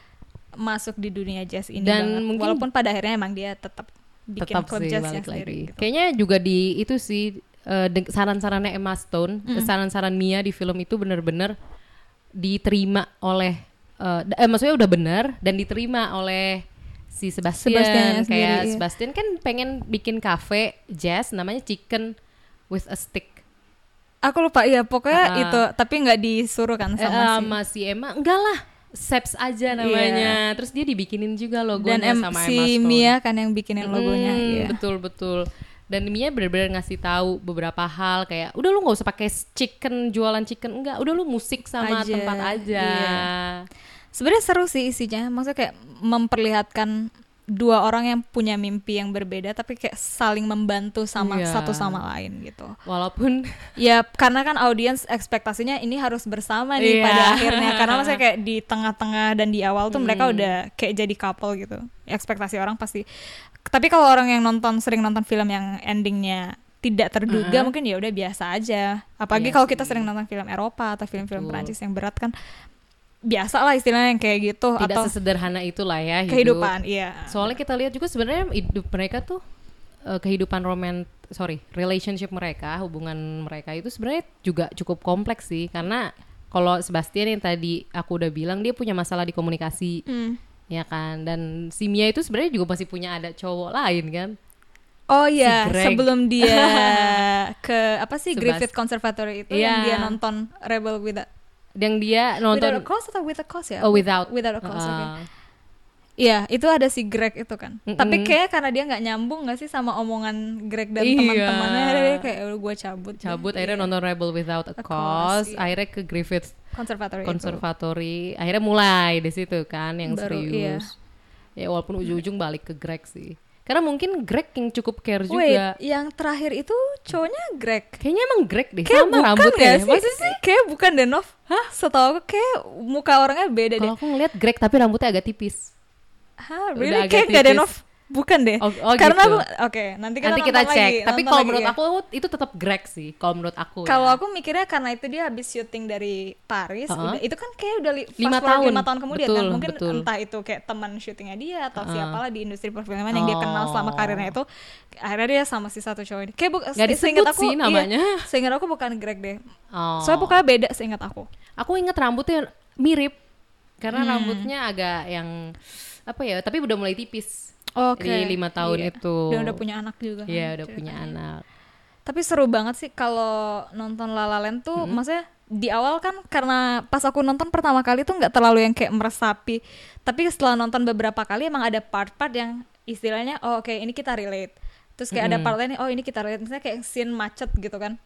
[SPEAKER 4] masuk di dunia jazz ini. Dan mungkin, walaupun pada akhirnya emang dia tetap bikin klub jazznya sendiri gitu.
[SPEAKER 1] Kayaknya juga di itu sih saran-sarannya Emma Stone, saran-saran Mia di film itu benar-benar diterima oleh maksudnya udah benar dan diterima oleh si Sebastian kayak sendiri, Sebastian kan pengen bikin cafe jazz namanya Chicken with a Stick.
[SPEAKER 4] Aku lupa pokoknya itu, tapi nggak disuruh kan sama
[SPEAKER 1] si Emma. Enggak lah, Seps aja namanya. Terus dia dibikinin juga logonya sama Emma
[SPEAKER 4] si
[SPEAKER 1] Stone.
[SPEAKER 4] Mia kan yang bikinin logonya.
[SPEAKER 1] Betul. Dan Mia benar-benar ngasih tahu beberapa hal kayak udah lu nggak usah pakai jualan chicken, enggak, udah lu musik sama tempat aja.
[SPEAKER 4] Sebenarnya seru sih isinya, maksudnya kayak memperlihatkan dua orang yang punya mimpi yang berbeda tapi kayak saling membantu sama satu sama lain gitu.
[SPEAKER 1] Walaupun
[SPEAKER 4] karena kan audiens ekspektasinya ini harus bersama nih pada akhirnya, karena maksudnya kayak di tengah-tengah dan di awal tuh mereka udah kayak jadi couple gitu. Ekspektasi orang pasti. Tapi kalau orang yang sering nonton film yang endingnya tidak terduga, mungkin ya udah biasa aja. Apalagi kalau kita sering nonton film Eropa atau film-film Perancis yang berat kan, biasa lah istilahnya yang kayak gitu.
[SPEAKER 1] Tidak atau sesederhana itulah ya
[SPEAKER 4] kehidupan.
[SPEAKER 1] Soalnya kita lihat juga sebenarnya hidup mereka tuh kehidupan relationship mereka, hubungan mereka itu sebenarnya juga cukup kompleks sih. Karena kalau Sebastian yang tadi aku udah bilang, dia punya masalah di komunikasi, ya kan. Dan si Mia itu sebenarnya juga masih punya ada cowok lain kan.
[SPEAKER 4] Oh iya, sebelum dia ke Griffith Conservatory itu yang dia nonton Rebel yang dia nonton Without a Cause atau With a Cause ya?
[SPEAKER 1] Without
[SPEAKER 4] a Cause, Iya, itu ada si Greg itu kan. Tapi kayaknya karena dia nggak nyambung nggak sih sama omongan Greg dan teman-temannya, dia kayak gue cabut.
[SPEAKER 1] Akhirnya nonton Rebel Without a Cause, akhirnya ke Griffith Conservatory. Akhirnya mulai di situ kan yang serius. Ya walaupun ujung-ujung balik ke Greg sih. Karena mungkin Greg yang cukup care juga.
[SPEAKER 4] Yang terakhir itu cowoknya Greg.
[SPEAKER 1] Kayaknya emang Greg deh, kayak sama rambutnya.
[SPEAKER 4] Masa sih? Kayak bukan deh, Nov. Setahu aku kayak muka orangnya beda deh.
[SPEAKER 1] Kalau aku ngeliat Greg tapi rambutnya agak tipis.
[SPEAKER 4] Really? Kayak gak ada Nov. Bukan deh. Karena
[SPEAKER 1] gitu.
[SPEAKER 4] aku nanti kita
[SPEAKER 1] cek. Tapi kalau menurut aku itu tetap Greg sih. Kalau menurut aku.
[SPEAKER 4] Kalau aku mikirnya karena itu dia habis syuting dari Paris, itu kan kayak udah
[SPEAKER 1] 5
[SPEAKER 4] tahun kemudian kan. Mungkin entah itu kayak teman syutingnya dia atau siapalah di industri perfilman yang dia kenal selama karirnya itu. Akhirnya dia sama si satu cowok ini. Kayak
[SPEAKER 1] gak disebut sih namanya.
[SPEAKER 4] Seingat aku bukan Greg deh. Soalnya pokoknya beda seingat aku.
[SPEAKER 1] Aku ingat rambutnya mirip. Karena rambutnya agak yang tapi udah mulai tipis. Di 5 tahun itu.
[SPEAKER 4] Dia udah punya anak juga.
[SPEAKER 1] Iya, udah punya anak.
[SPEAKER 4] Tapi seru banget sih kalau nonton La La Land tuh. Maksudnya di awal kan karena pas aku nonton pertama kali tuh nggak terlalu yang kayak meresapi. Tapi setelah nonton beberapa kali emang ada part-part yang istilahnya ini kita relate. Terus kayak ada part lain ini kita relate. Misalnya kayak scene macet gitu kan.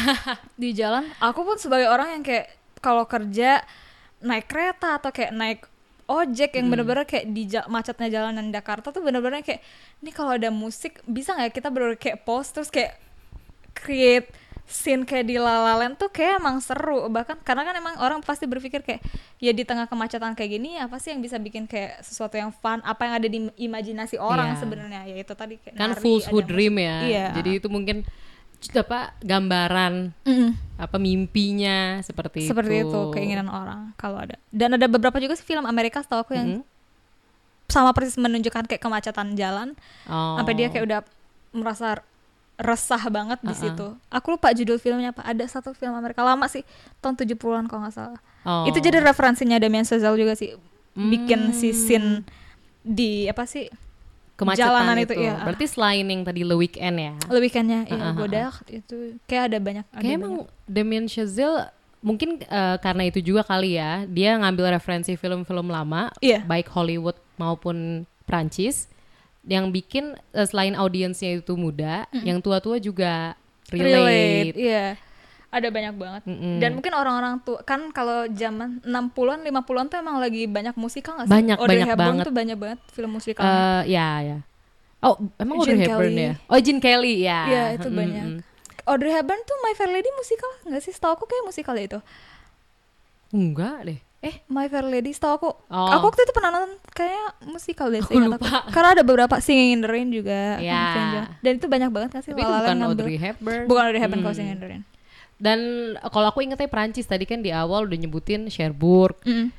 [SPEAKER 4] Di jalan. Aku pun sebagai orang yang kayak kalau kerja naik kereta atau kayak naik ojek yang bener-bener kayak di macetnya jalanan Jakarta tuh bener-bener kayak ini kalau ada musik bisa nggak kita bener-bener kayak pause terus kayak create scene kayak di La La Land tuh kayak emang seru. Bahkan karena kan emang orang pasti berpikir kayak ya di tengah kemacetan kayak gini apa sih yang bisa bikin kayak sesuatu yang fun, apa yang ada di imajinasi orang sebenarnya, ya itu tadi kayak
[SPEAKER 1] kan Fool's Who Dream ya. Jadi itu mungkin gambaran apa mimpinya seperti
[SPEAKER 4] itu keinginan orang kalau ada. Dan ada beberapa juga sih film Amerika setahu aku yang sama persis menunjukkan kayak kemacetan jalan sampai dia kayak udah merasa resah banget di situ. Aku lupa judul filmnya apa. Ada satu film Amerika lama sih tahun 70-an kalau nggak salah. Itu jadi referensinya Damien Chazelle juga sih, bikin si scene di apa sih
[SPEAKER 1] kemacetan
[SPEAKER 4] jalanan
[SPEAKER 1] itu
[SPEAKER 4] ya.
[SPEAKER 1] Berarti selain yang tadi Le Weekend ya.
[SPEAKER 4] Le Weekend-nya ya Bodak itu kayak ada banyak.
[SPEAKER 1] Kayak emang Damien Chazelle mungkin karena itu juga kali ya, dia ngambil referensi film-film lama, baik Hollywood maupun Prancis, yang bikin selain audiensnya itu muda, yang tua-tua juga relate.
[SPEAKER 4] Iya. Ada banyak banget. Dan mungkin orang-orang tua kan kalau zaman 60-an, 50-an tuh emang lagi banyak musikal nggak sih?
[SPEAKER 1] Banyak banget.
[SPEAKER 4] Tuh banyak banget film musikalnya.
[SPEAKER 1] Ya. Oh, emang Audrey Hepburn ya? Oh, Gene Kelly ya.
[SPEAKER 4] Iya, itu banyak. Audrey Hepburn tuh My Fair Lady musikal nggak sih? Setahu aku kayak musikal itu.
[SPEAKER 1] Enggak deh.
[SPEAKER 4] My Fair Lady setahu aku. Aku waktu itu pernah nonton kayak musikal deh.
[SPEAKER 1] Aku lupa.
[SPEAKER 4] Karena ada beberapa Singing in the Rain juga.
[SPEAKER 1] Ya.
[SPEAKER 4] Dan itu banyak banget nggak sih?
[SPEAKER 1] Tapi itu bukan Audrey Hepburn.
[SPEAKER 4] Bukan Audrey Hepburn kalau Singing in the Rain.
[SPEAKER 1] Dan kalau aku ingetnya Prancis tadi kan di awal udah nyebutin Cherbourg.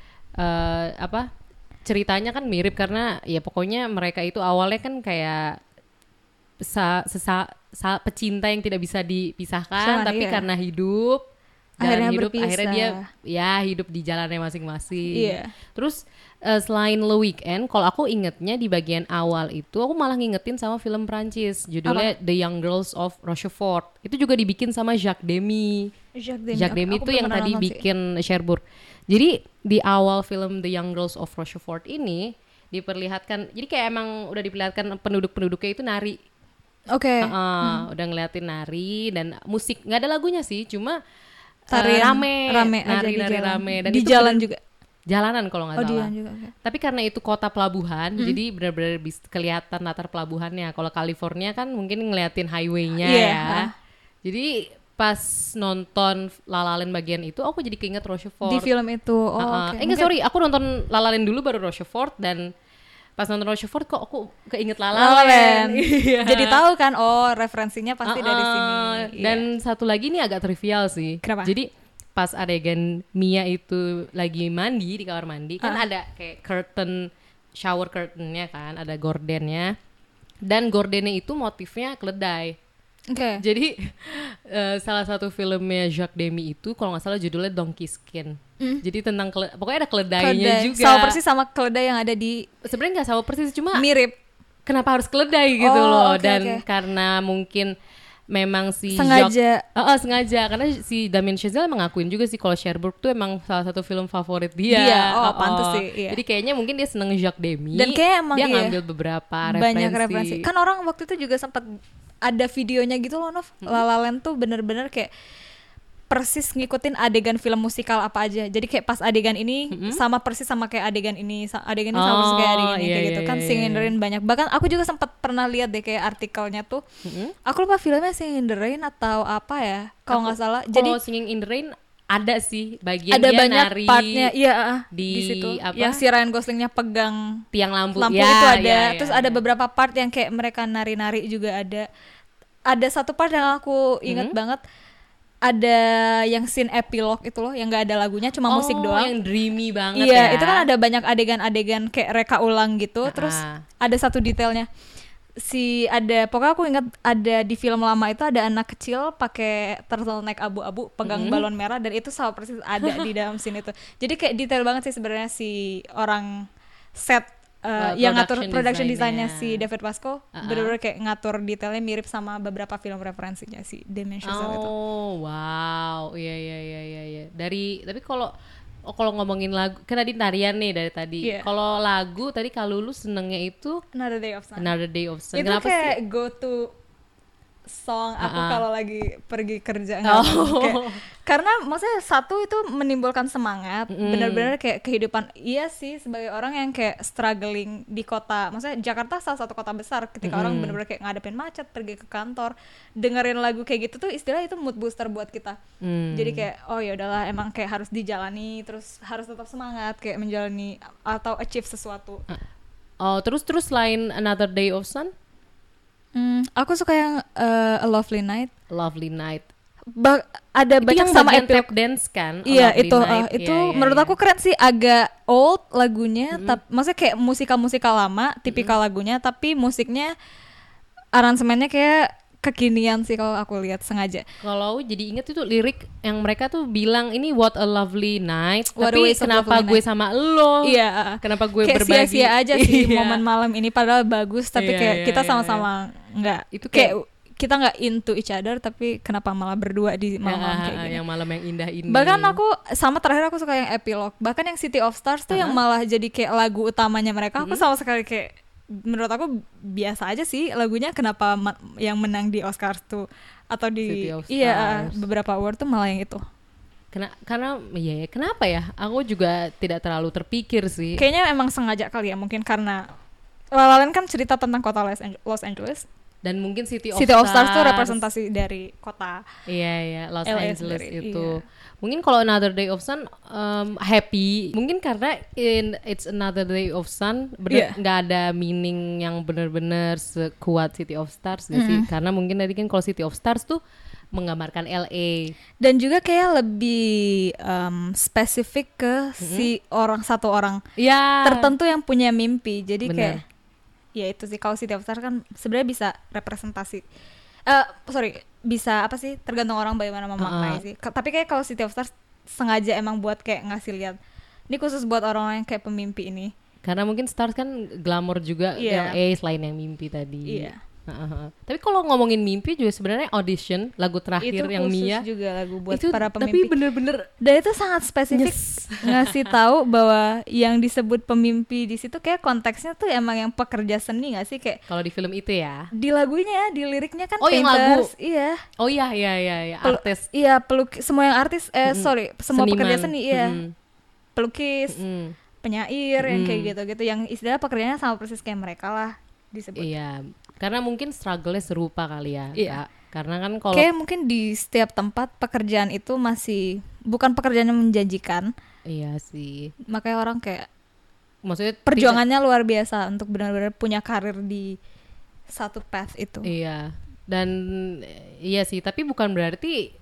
[SPEAKER 1] Ceritanya kan mirip karena ya pokoknya mereka itu awalnya kan kayak pecinta yang tidak bisa dipisahkan, tapi karena akhirnya dia ya hidup di jalannya masing-masing. Terus selain Le Weekend, kalau aku ingetnya di bagian awal itu aku malah ngingetin sama film Prancis judulnya The Young Girls of Rochefort. Itu juga dibikin sama Jacques Demy. Jacques Demy itu yang tadi bikin Cherbourg. Jadi di awal film The Young Girls of Rochefort ini diperlihatkan, jadi kayak emang udah diperlihatkan penduduk-penduduknya itu nari. Udah ngeliatin nari dan musik, nggak ada lagunya sih, cuma rame dan
[SPEAKER 4] di
[SPEAKER 1] itu
[SPEAKER 4] jalan juga.
[SPEAKER 1] Jalanan kalau nggak salah.
[SPEAKER 4] Juga,
[SPEAKER 1] Tapi karena itu kota pelabuhan, jadi benar-benar kelihatan latar pelabuhannya. Kalau California kan mungkin ngeliatin highway-nya ya. Jadi pas nonton La La Land bagian itu, aku jadi keinget Rochefort.
[SPEAKER 4] Di film itu.
[SPEAKER 1] Aku nonton La La Land dulu baru Rochefort, dan pas nonton Rochefort kok aku keinget La La Land.
[SPEAKER 4] Jadi tahu kan, referensinya pasti dari sini.
[SPEAKER 1] Dan satu lagi ini agak trivial sih.
[SPEAKER 4] Kenapa?
[SPEAKER 1] Jadi pas adegan Mia itu lagi mandi di kamar mandi, kan ada kayak shower curtainnya kan, ada gordennya, dan gordennya itu motifnya keledai. Jadi salah satu filmnya Jacques Demy itu kalau nggak salah judulnya Donkey Skin. Jadi tentang pokoknya ada keledainya juga.
[SPEAKER 4] Sama persis sama keledai yang ada di.
[SPEAKER 1] Sebenarnya nggak sama persis, cuma
[SPEAKER 4] mirip.
[SPEAKER 1] Kenapa harus keledai gitu loh? Dan karena mungkin memang si
[SPEAKER 4] sengaja
[SPEAKER 1] karena si Damien Chazelle mengakuin juga sih kalau Cherbourg tuh emang salah satu film favorit dia.
[SPEAKER 4] Pantes sih.
[SPEAKER 1] Jadi kayaknya mungkin dia seneng Jacques Demy.
[SPEAKER 4] Dan kayak emang
[SPEAKER 1] dia ngambil beberapa
[SPEAKER 4] banyak referensi. Kan orang waktu itu juga sempat ada videonya gitu loh, Nov. La La Land tuh bener-bener kayak persis ngikutin adegan film musikal apa aja. Jadi kayak pas adegan ini sama persis sama kayak adegan ini sama persis kayak adegan ini kayak gitu kan. Singing in the Rain banyak. Bahkan aku juga sempat pernah lihat deh kayak artikelnya tuh. Aku lupa filmnya Singing in the Rain atau apa ya, kalau nggak salah. Jadi
[SPEAKER 1] Singing in the Rain ada sih bagian
[SPEAKER 4] ada
[SPEAKER 1] dia
[SPEAKER 4] banyak
[SPEAKER 1] nari
[SPEAKER 4] partnya,
[SPEAKER 1] di
[SPEAKER 4] situ.
[SPEAKER 1] apa?
[SPEAKER 4] Yang si Ryan Goslingnya pegang
[SPEAKER 1] tiang lampu
[SPEAKER 4] itu ada. Terus ada beberapa part yang kayak mereka nari-nari juga ada. Ada satu part yang aku ingat banget. Ada yang scene epilog itu loh, yang nggak ada lagunya, cuma musik doang.
[SPEAKER 1] Yang dreamy banget ya.
[SPEAKER 4] Iya, itu kan ada banyak adegan-adegan kayak reka ulang gitu. Terus ada satu detailnya. Pokoknya aku ingat ada di film lama itu ada anak kecil pakai turtleneck abu-abu, pegang balon merah, dan itu sama persis ada di dalam scene itu. Jadi kayak detail banget sih sebenarnya si orang set yang ngatur production desainnya si David Pasco, bener-bener kayak ngatur detailnya mirip sama beberapa film referensinya si Damien Chazelle itu.
[SPEAKER 1] Wow, iya. Tapi kalau ngomongin lagu, kan tadi tarian nih dari tadi. Kalau lagu tadi kalau lu senengnya itu
[SPEAKER 4] Another Day of Sun. Itu
[SPEAKER 1] kenapa
[SPEAKER 4] kayak
[SPEAKER 1] sih?
[SPEAKER 4] Go to song aku kalau lagi pergi kerja karena maksudnya satu itu menimbulkan semangat, benar-benar kayak kehidupan. Iya sih, sebagai orang yang kayak struggling di kota, maksudnya Jakarta salah satu kota besar, ketika orang benar-benar kayak ngadepin macet, pergi ke kantor, dengerin lagu kayak gitu tuh istilah itu mood booster buat kita. Jadi kayak ya udahlah, emang kayak harus dijalani, terus harus tetap semangat kayak menjalani atau achieve sesuatu.
[SPEAKER 1] Terus selain Another Day of Sun?
[SPEAKER 4] Aku suka yang A Lovely Night.
[SPEAKER 1] Lovely Night.
[SPEAKER 4] Ada
[SPEAKER 1] itu
[SPEAKER 4] banyak
[SPEAKER 1] yang
[SPEAKER 4] sama
[SPEAKER 1] tap dance kan?
[SPEAKER 4] Iya itu menurut aku keren sih, agak old lagunya, maksudnya kayak musikal lama, tipikal lagunya, tapi musiknya aransemennya kayak kekinian sih kalau aku lihat sengaja.
[SPEAKER 1] Kalau jadi inget itu lirik yang mereka tuh bilang ini what a lovely night,
[SPEAKER 4] what
[SPEAKER 1] tapi kenapa gue night sama lo?
[SPEAKER 4] Iya.
[SPEAKER 1] Kenapa gue
[SPEAKER 4] kayak
[SPEAKER 1] berbagi?
[SPEAKER 4] Sia-sia aja sih momen malam ini, padahal bagus, tapi kayak kita sama-sama nggak. Itu kayak kita nggak into each other, tapi kenapa malah berdua di malam kayak gini.
[SPEAKER 1] Yang malam yang indah ini.
[SPEAKER 4] Bahkan aku sama terakhir aku suka yang Epilogue. Bahkan yang City of Stars tuh yang malah jadi kayak lagu utamanya mereka. Aku sama sekali kayak, menurut aku biasa aja sih lagunya. Kenapa yang menang di Oscars tuh atau di beberapa award tuh malah yang itu.
[SPEAKER 1] Karena ya kenapa ya? Aku juga tidak terlalu terpikir sih.
[SPEAKER 4] Kayaknya emang sengaja kali ya, mungkin karena La La Land kan cerita tentang kota Los Angeles. Dan mungkin City of Stars tuh representasi dari kota.
[SPEAKER 1] Iya, Los Angeles sendiri, itu. Iya. Mungkin kalau Another Day of Sun happy. Mungkin karena It's Another Day of Sun nggak ada meaning yang benar-benar sekuat City of Stars gak sih? Karena mungkin tadi kan kalau City of Stars tuh menggambarkan LA. Dan
[SPEAKER 4] juga kayak lebih spesifik ke satu orang tertentu yang punya mimpi. Jadi kayak ya itu sih, kalau City of Stars kan sebenarnya bisa representasi bisa apa sih, tergantung orang bagaimana memaknai sih. Tapi kayak kalau City of Stars sengaja emang buat kayak ngasih lihat ini khusus buat orang-orang yang kayak pemimpi ini,
[SPEAKER 1] karena mungkin Stars kan glamor juga LA selain yang mimpi tadi. Tapi kalau ngomongin mimpi juga sebenarnya Audition, lagu terakhir itu yang Mia
[SPEAKER 4] juga lagu buat itu, para pemimpi.
[SPEAKER 1] Tapi bener-bener
[SPEAKER 4] dan itu sangat spesifik ngasih tahu bahwa yang disebut pemimpi di situ kayak konteksnya tuh emang yang pekerja seni nggak sih, kayak
[SPEAKER 1] kalau di film itu ya,
[SPEAKER 4] di lagunya, di liriknya kan
[SPEAKER 1] painters,
[SPEAKER 4] iya
[SPEAKER 1] artis,
[SPEAKER 4] semua yang artis semua pekerja seni pelukis, penyair yang kayak gitu-gitu, yang istilahnya pekerjaannya sama persis kayak mereka lah disebut.
[SPEAKER 1] Iya, karena mungkin struggle-nya serupa kali ya.
[SPEAKER 4] Iya.
[SPEAKER 1] Karena kan kalau
[SPEAKER 4] kayak mungkin di setiap tempat pekerjaan itu masih bukan pekerjaan yang menjanjikan.
[SPEAKER 1] Iya sih.
[SPEAKER 4] Makanya orang kayak,
[SPEAKER 1] maksudnya
[SPEAKER 4] perjuangannya luar biasa untuk benar-benar punya karir di satu path itu.
[SPEAKER 1] Iya. Dan iya sih, tapi bukan berarti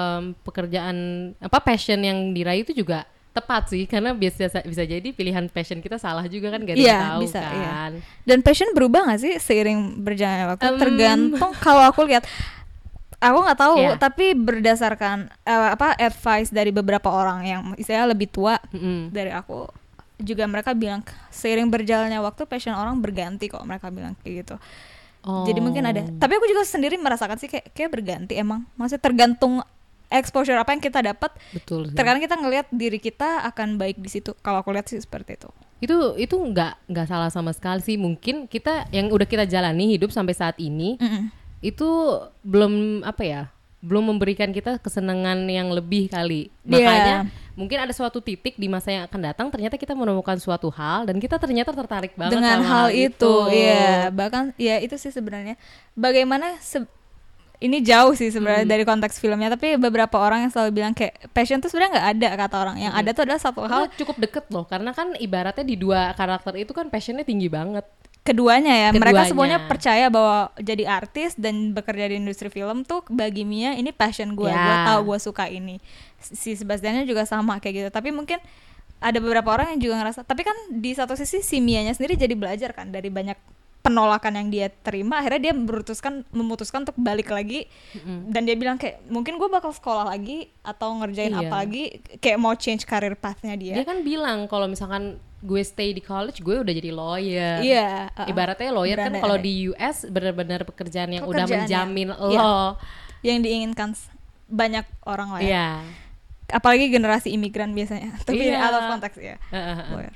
[SPEAKER 1] pekerjaan passion yang diraih itu juga tepat sih, karena bisa jadi pilihan passion kita salah juga kan, gak ada yang tahu
[SPEAKER 4] bisa,
[SPEAKER 1] kan.
[SPEAKER 4] Dan passion berubah gak sih seiring berjalannya waktu? Tergantung. Kalau aku lihat, aku nggak tahu, tapi berdasarkan advice dari beberapa orang yang istilahnya lebih tua dari aku, juga mereka bilang seiring berjalannya waktu passion orang berganti kok, mereka bilang kayak gitu. Jadi mungkin ada, tapi aku juga sendiri merasakan sih kayak berganti emang, maksudnya tergantung exposure apa yang kita dapat.
[SPEAKER 1] Betul sih.
[SPEAKER 4] Terkadang kita ngelihat diri kita akan baik di situ. Kalau aku lihat sih seperti itu.
[SPEAKER 1] Itu nggak salah sama sekali sih. Mungkin kita yang udah kita jalani hidup sampai saat ini itu belum belum memberikan kita kesenangan yang lebih kali. Makanya mungkin ada suatu titik di masa yang akan datang ternyata kita menemukan suatu hal dan kita ternyata tertarik banget
[SPEAKER 4] dengan
[SPEAKER 1] sama
[SPEAKER 4] hal itu. Iya, bahkan ya itu sih sebenarnya. Bagaimana ini jauh sih sebenarnya dari konteks filmnya, tapi beberapa orang yang selalu bilang kayak passion tuh sebenarnya nggak ada, kata orang. Yang ada tuh adalah satu hal.
[SPEAKER 1] Cukup deket loh, karena kan ibaratnya di dua karakter itu kan passionnya tinggi banget.
[SPEAKER 4] Keduanya, mereka semuanya percaya bahwa jadi artis dan bekerja di industri film tuh bagi Mia ini passion gue, gue tahu gue suka ini. Si Sebastiannya juga sama kayak gitu, tapi mungkin ada beberapa orang yang juga ngerasa, tapi kan di satu sisi si Mianya sendiri jadi belajar kan dari banyak penolakan yang dia terima, akhirnya dia memutuskan untuk balik lagi. Dan dia bilang kayak mungkin gue bakal sekolah lagi atau ngerjain apa lagi, kayak mau change career path-nya dia.
[SPEAKER 1] Dia kan bilang kalau misalkan gue stay di college gue udah jadi lawyer. Ibaratnya lawyer kan kalau di US benar-benar pekerjaan yang udah menjamin lo
[SPEAKER 4] yang diinginkan banyak orang lah ya. Apalagi generasi imigran biasanya. Tapi out of konteks ya. Lawyer.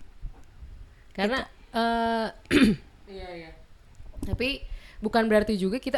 [SPEAKER 1] Karena tapi bukan berarti juga kita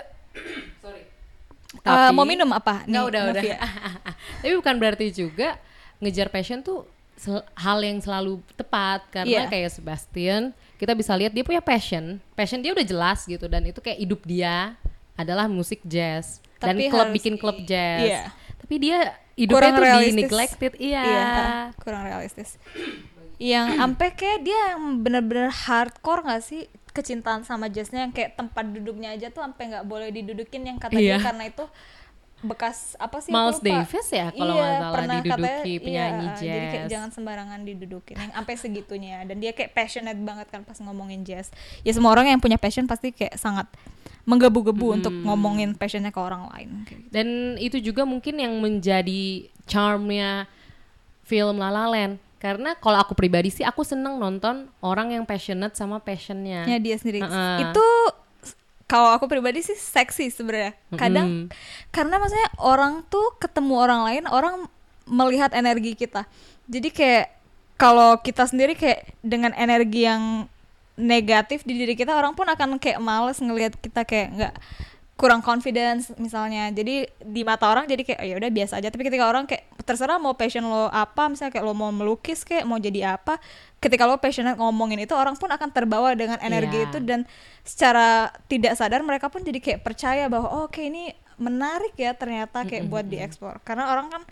[SPEAKER 4] mau minum apa?
[SPEAKER 1] Udah. Tapi bukan berarti juga ngejar passion tuh hal yang selalu tepat, karena kayak Sebastian kita bisa lihat dia punya passion dia udah jelas gitu, dan itu kayak hidup dia adalah musik jazz dan bikin klub jazz. Tapi dia hidupnya tuh di neglected.
[SPEAKER 4] Kurang realistis. Yang sampai kayak dia yang benar-benar hardcore nggak sih kecintaan sama jazznya, yang kayak tempat duduknya aja tuh sampai nggak boleh didudukin yang kata dia karena itu bekas apa sih
[SPEAKER 1] Miles Davis ya kalau nggak salah diduduki
[SPEAKER 4] katanya,
[SPEAKER 1] penyanyi jazz.
[SPEAKER 4] Jadi kayak jangan sembarangan didudukin yang sampai segitunya, dan dia kayak passionate banget kan pas ngomongin jazz. Ya semua orang yang punya passion pasti kayak sangat menggebu-gebu untuk ngomongin passionnya ke orang lain kayak gitu.
[SPEAKER 1] Dan itu juga mungkin yang menjadi charmnya film La La Land. Karena kalau aku pribadi sih aku seneng nonton orang yang passionate sama passionnya.
[SPEAKER 4] Ya dia sendiri. Itu kalau aku pribadi sih seksi sebenarnya. Kadang karena maksudnya orang tuh ketemu orang lain, orang melihat energi kita. Jadi kayak kalau kita sendiri kayak dengan energi yang negatif di diri kita, orang pun akan kayak males ngelihat kita kayak nggak kurang confidence misalnya. Jadi di mata orang jadi kayak ya udah biasa aja. Tapi ketika orang kayak terserah mau passion lo apa, misalnya kayak lo mau melukis kayak mau jadi apa, ketika lo passionate ngomongin itu, orang pun akan terbawa dengan energi itu, dan secara tidak sadar mereka pun jadi kayak percaya bahwa oh, oke ini menarik ya ternyata kayak buat dieksplor. Karena orang kan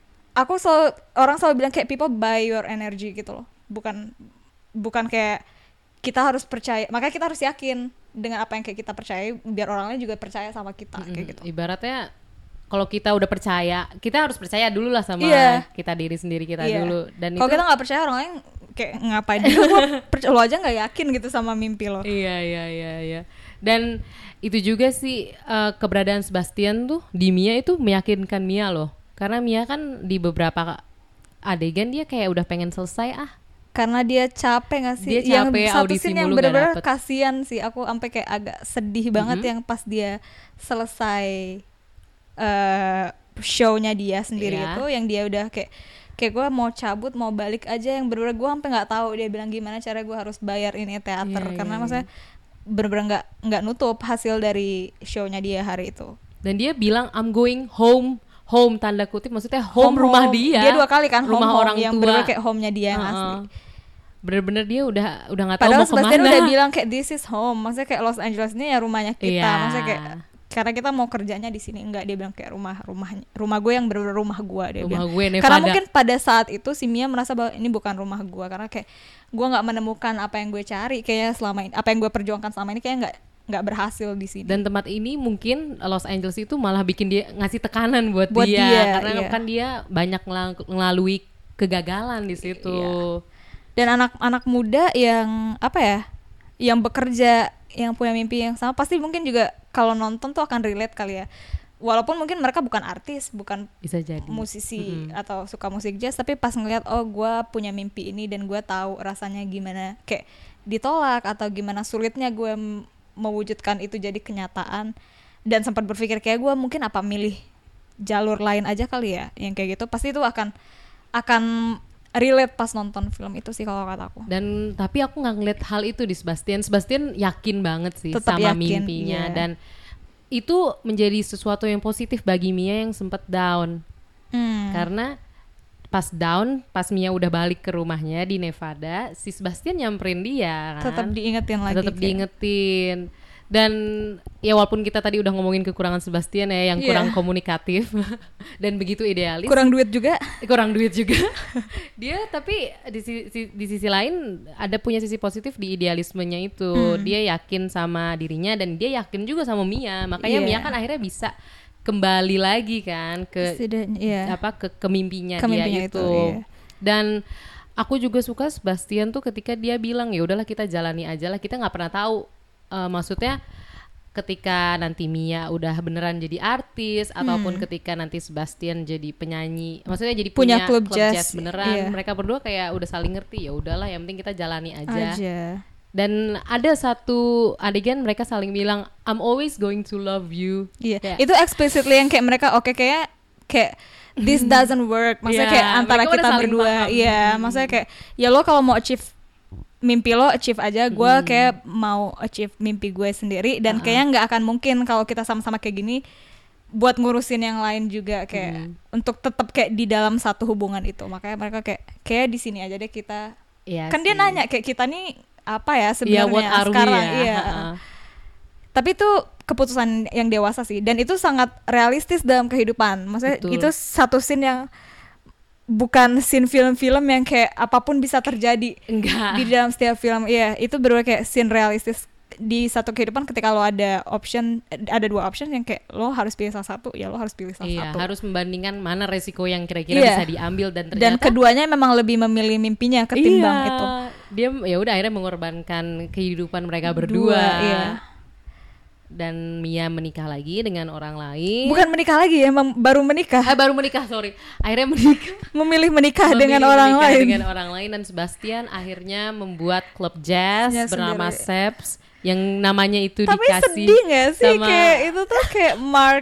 [SPEAKER 4] orang selalu bilang kayak people buy your energy gitu loh. Bukan kayak kita harus percaya, makanya kita harus yakin dengan apa yang kayak kita percaya biar orang lain juga percaya sama kita kayak gitu.
[SPEAKER 1] Ibaratnya kalau kita udah percaya, kita harus percaya dulu lah sama kita diri sendiri kita dulu. Dan
[SPEAKER 4] kalau kita nggak percaya, orang lain kayak ngapain juga, lo aja nggak yakin gitu sama mimpi lo.
[SPEAKER 1] Iya. Dan itu juga sih keberadaan Sebastian tuh di Mia itu meyakinkan Mia loh. Karena Mia kan di beberapa adegan dia kayak udah pengen selesai
[SPEAKER 4] karena dia capek nggak sih?
[SPEAKER 1] Dia capek,
[SPEAKER 4] yang satu scene yang benar-benar kasian sih, aku sampai kayak agak sedih banget yang pas dia selesai show-nya dia sendiri itu, yang dia udah kayak gue mau cabut, mau balik aja, yang bener-bener gue sampai nggak tahu dia bilang gimana cara gue harus bayar ini teater karena maksudnya bener-bener nggak nutup hasil dari show-nya dia hari itu.
[SPEAKER 1] Dan dia bilang I'm going home tanda kutip, maksudnya home rumah dia.
[SPEAKER 4] Dia 2 kali kan
[SPEAKER 1] rumah
[SPEAKER 4] home,
[SPEAKER 1] orang
[SPEAKER 4] yang
[SPEAKER 1] tua.
[SPEAKER 4] bener kayak home-nya dia yang asli.
[SPEAKER 1] Bener-bener dia udah nggak tahu
[SPEAKER 4] padahal
[SPEAKER 1] mau kemana.
[SPEAKER 4] Sebastian udah bilang kayak this is home, maksudnya kayak Los Angeles ini ya rumahnya kita, maksudnya kayak karena kita mau kerjanya di sini. Enggak, dia bilang kayak rumah gue yang bener-bener rumah gue, dia
[SPEAKER 1] rumah
[SPEAKER 4] bilang.
[SPEAKER 1] Gue, Nevada.
[SPEAKER 4] Karena mungkin pada saat itu si Mia merasa bahwa ini bukan rumah gue, karena kayak gue nggak menemukan apa yang gue cari kayaknya selama ini, apa yang gue perjuangkan selama ini kayaknya nggak berhasil di sini.
[SPEAKER 1] Dan tempat ini mungkin Los Angeles itu malah bikin dia ngasih tekanan buat dia karena kan dia banyak melalui kegagalan di situ.
[SPEAKER 4] Dan anak-anak muda yang apa ya, yang bekerja, yang punya mimpi yang sama, pasti mungkin juga kalau nonton tuh akan relate kali ya. Walaupun mungkin mereka bukan artis, bukan
[SPEAKER 1] bisa jadi
[SPEAKER 4] musisi atau suka musik jazz, tapi pas ngeliat oh gue punya mimpi ini dan gue tahu rasanya gimana kayak ditolak atau gimana sulitnya gue mewujudkan itu jadi kenyataan, dan sempat berpikir kayak gue mungkin apa milih jalur lain aja kali ya, yang kayak gitu pasti itu akan relate pas nonton film itu sih kalau kata aku.
[SPEAKER 1] Dan tapi aku nggak ngeliat hal itu di Sebastian yakin banget sih
[SPEAKER 4] tetap
[SPEAKER 1] sama
[SPEAKER 4] yakin,
[SPEAKER 1] mimpinya dan itu menjadi sesuatu yang positif bagi Mia yang sempat down. Karena pas Mia udah balik ke rumahnya di Nevada, si Sebastian nyamperin dia kan.
[SPEAKER 4] Tetap diingetin lagi.
[SPEAKER 1] Tetap diingetin. Dan ya walaupun kita tadi udah ngomongin kekurangan Sebastian ya yang kurang komunikatif dan begitu idealis.
[SPEAKER 4] Kurang duit juga.
[SPEAKER 1] Dia tapi di sisi lain ada punya sisi positif di idealismenya itu. Dia yakin sama dirinya dan dia yakin juga sama Mia. Makanya Mia kan akhirnya bisa kembali lagi kan ke ke mimpinya dia itu. Dan aku juga suka Sebastian tuh ketika dia bilang ya udahlah kita jalani aja lah, kita nggak pernah tahu maksudnya ketika nanti Mia udah beneran jadi artis ataupun ketika nanti Sebastian jadi penyanyi, maksudnya jadi punya klub jazz beneran, mereka berdua kayak udah saling ngerti, ya udahlah yang penting kita jalani aja. Dan ada satu adegan mereka saling bilang I'm always going to love you.
[SPEAKER 4] Itu explicitly yang kayak mereka kayak this doesn't work, maksudnya kayak antara kita berdua. Maksudnya kayak ya lo kalau mau achieve mimpi lo achieve aja, gue kayak mau achieve mimpi gue sendiri, dan kayaknya nggak akan mungkin kalau kita sama-sama kayak gini buat ngurusin yang lain juga kayak untuk tetap kayak di dalam satu hubungan itu. Makanya mereka kayak di sini aja deh kita. Kan dia nanya kayak kita nih apa ya sebenarnya sekarang. Tapi itu keputusan yang dewasa sih, dan itu sangat realistis dalam kehidupan. Maksudnya itu satu scene yang bukan scene film-film yang kayak apapun bisa terjadi di dalam setiap film. Itu bener kayak scene realistis di satu kehidupan ketika lo ada dua option yang kayak lo harus pilih salah satu, ya lo harus pilih salah satu.
[SPEAKER 1] Harus membandingkan mana resiko yang kira-kira bisa diambil, dan ternyata
[SPEAKER 4] dan keduanya memang lebih memilih mimpinya ketimbang itu.
[SPEAKER 1] Dia ya udah akhirnya mengorbankan kehidupan mereka berdua. Dan Mia menikah lagi dengan orang lain.
[SPEAKER 4] Bukan menikah lagi ya, baru menikah.
[SPEAKER 1] Baru menikah, sorry. Akhirnya
[SPEAKER 4] memilih menikah dengan orang
[SPEAKER 1] lain. Dan Sebastian akhirnya membuat klub jazz bernama Seps, yang namanya itu
[SPEAKER 4] tapi
[SPEAKER 1] dikasih.
[SPEAKER 4] Tapi sedih gak sih
[SPEAKER 1] sama...
[SPEAKER 4] kayak itu tuh kayak Mark.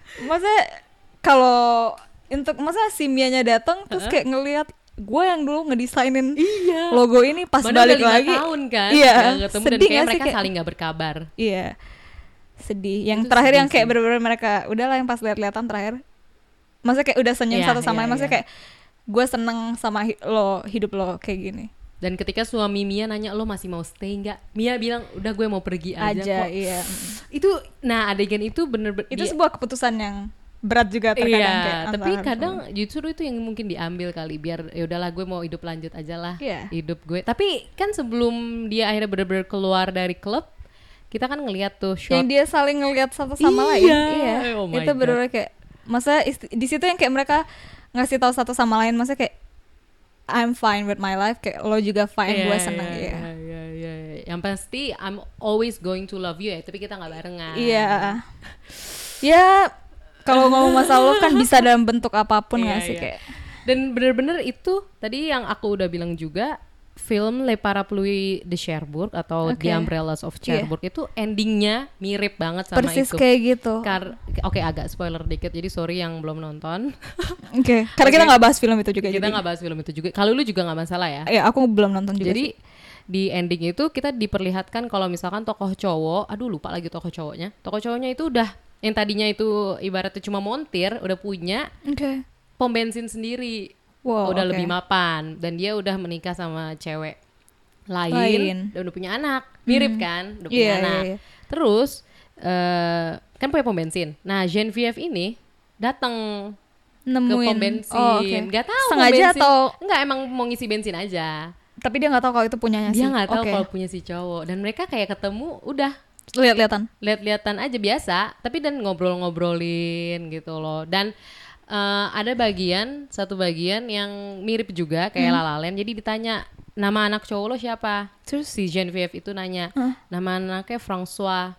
[SPEAKER 4] Masa si Mianya datang terus kayak ngelihat gue yang dulu ngedesainin logo ini pas balik lagi.
[SPEAKER 1] 5 tahun kan.
[SPEAKER 4] Ketemu,
[SPEAKER 1] dan kayak mereka saling gak berkabar.
[SPEAKER 4] Sedih. Yang itu terakhir yang kayak bener-bener mereka udahlah, yang pas lihat-lihatan terakhir maksudnya kayak udah senyum satu sama lain, maksudnya kayak gue seneng sama hidup lo kayak gini. Dan
[SPEAKER 1] ketika suami Mia nanya lo masih mau stay nggak, Mia bilang udah gue mau pergi aja kok. Itu adegan itu bener-bener itu
[SPEAKER 4] sebuah keputusan yang berat juga terkadang kayak,
[SPEAKER 1] tapi kadang justru itu yang mungkin diambil kali, biar ya udahlah gue mau hidup lanjut aja lah hidup gue. Tapi kan sebelum dia akhirnya bener-bener keluar dari klub, kita kan ngelihat tuh shot
[SPEAKER 4] yang dia saling ngelihat satu sama lain. Itu bener-bener kayak masa di situ yang kayak mereka ngasih tahu satu sama lain, masa kayak I'm fine with my life, kayak lo juga fine, gue seneng.
[SPEAKER 1] Yang pasti I'm always going to love you ya, tapi kita nggak barengan.
[SPEAKER 4] Kalau ngomong masalah lo kan bisa dalam bentuk apapun nggak sih kayak.
[SPEAKER 1] Dan bener-bener itu tadi yang aku udah bilang juga, film Les Parapluies de Cherbourg atau The Umbrellas of Cherbourg itu endingnya mirip banget sama
[SPEAKER 4] persis
[SPEAKER 1] itu.
[SPEAKER 4] Kayak gitu.
[SPEAKER 1] Agak spoiler dikit, jadi sorry yang belum nonton.
[SPEAKER 4] Karena kita nggak bahas film itu juga.
[SPEAKER 1] Kita nggak bahas film itu juga. Kalau lu juga nggak masalah ya?
[SPEAKER 4] Iya, aku belum nonton juga.
[SPEAKER 1] Jadi di ending itu kita diperlihatkan kalau misalkan tokoh cowok, lupa lagi tokoh cowoknya. Tokoh cowoknya itu udah, yang tadinya itu ibaratnya cuma montir, udah punya pom bensin sendiri. Udah lebih mapan, dan dia udah menikah sama cewek lain. Dan udah punya anak, mirip kan, udah punya anak. Terus kan punya pom bensin. Nah, Genevieve ini datang ke pom bensin, nggak tahu
[SPEAKER 4] sengaja atau
[SPEAKER 1] nggak, emang mau ngisi bensin aja.
[SPEAKER 4] Tapi dia nggak tahu kalau itu punyanya
[SPEAKER 1] dia nggak tahu kalau punya si cowok. Dan mereka kayak ketemu udah lihat-lihatan aja biasa, tapi dan ngobrolin gitu loh. Dan ada satu bagian yang mirip juga kayak La La Land. Jadi ditanya, nama anak cowok lo siapa? Terus si Genevieve itu nanya, nama anaknya François.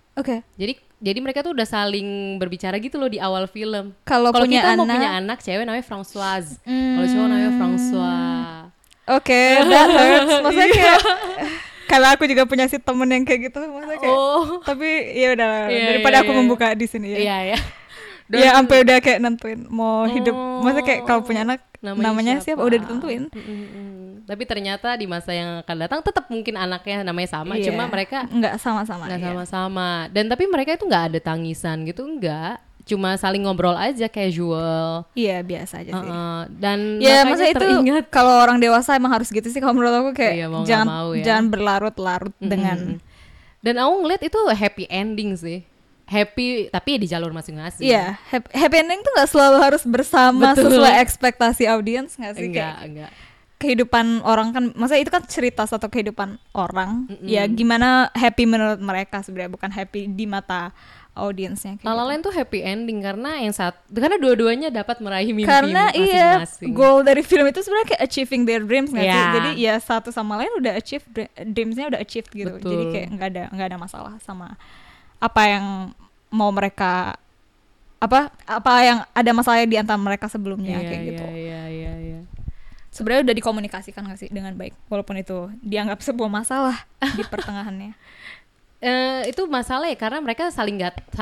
[SPEAKER 1] Jadi mereka tuh udah saling berbicara gitu loh di awal film. Kalau kita mau punya anak cewek namanya Françoise, kalau cowok namanya François.
[SPEAKER 4] That hurts. Maksudnya kayak kalau aku juga punya si temen yang kayak gitu, maksudnya kayak tapi ya udah daripada aku membuka di sini ya. Ya sampai udah kayak nentuin mau hidup, maksudnya kayak kalau punya anak namanya siapa udah ditentuin.
[SPEAKER 1] Tapi ternyata di masa yang akan datang tetap mungkin anaknya namanya sama, cuma mereka
[SPEAKER 4] nggak sama-sama.
[SPEAKER 1] Dan tapi mereka itu nggak ada tangisan gitu, nggak, cuma saling ngobrol aja casual.
[SPEAKER 4] Biasa aja sih.
[SPEAKER 1] Dan
[SPEAKER 4] masa itu kalau orang dewasa emang harus gitu sih kalau menurut aku, kayak jangan berlarut-larut dengan.
[SPEAKER 1] Dan aku ngeliat itu happy ending sih. Happy tapi di jalur masing-masing.
[SPEAKER 4] Happy ending tuh nggak selalu harus bersama. Betul. Sesuai ekspektasi audiens nggak sih?
[SPEAKER 1] Enggak.
[SPEAKER 4] Kehidupan orang kan, maksudnya itu kan cerita satu kehidupan orang. Ya gimana happy menurut mereka sebenarnya, bukan happy di mata audiensnya.
[SPEAKER 1] La La Land tuh happy ending karena karena dua-duanya dapat meraih mimpi
[SPEAKER 4] karena
[SPEAKER 1] masing-masing.
[SPEAKER 4] Goal dari film itu sebenarnya kayak achieving their dreams nggak sih? Jadi ya satu sama lain udah achieve dreamsnya, udah achieved gitu. Betul. Jadi kayak nggak ada masalah sama apa yang mau mereka apa yang ada masalah di antara mereka sebelumnya kayak gitu. Sebenarnya udah dikomunikasikan nggak sih dengan baik, walaupun itu dianggap sebuah masalah di pertengahannya.
[SPEAKER 1] Itu masalah ya karena mereka saling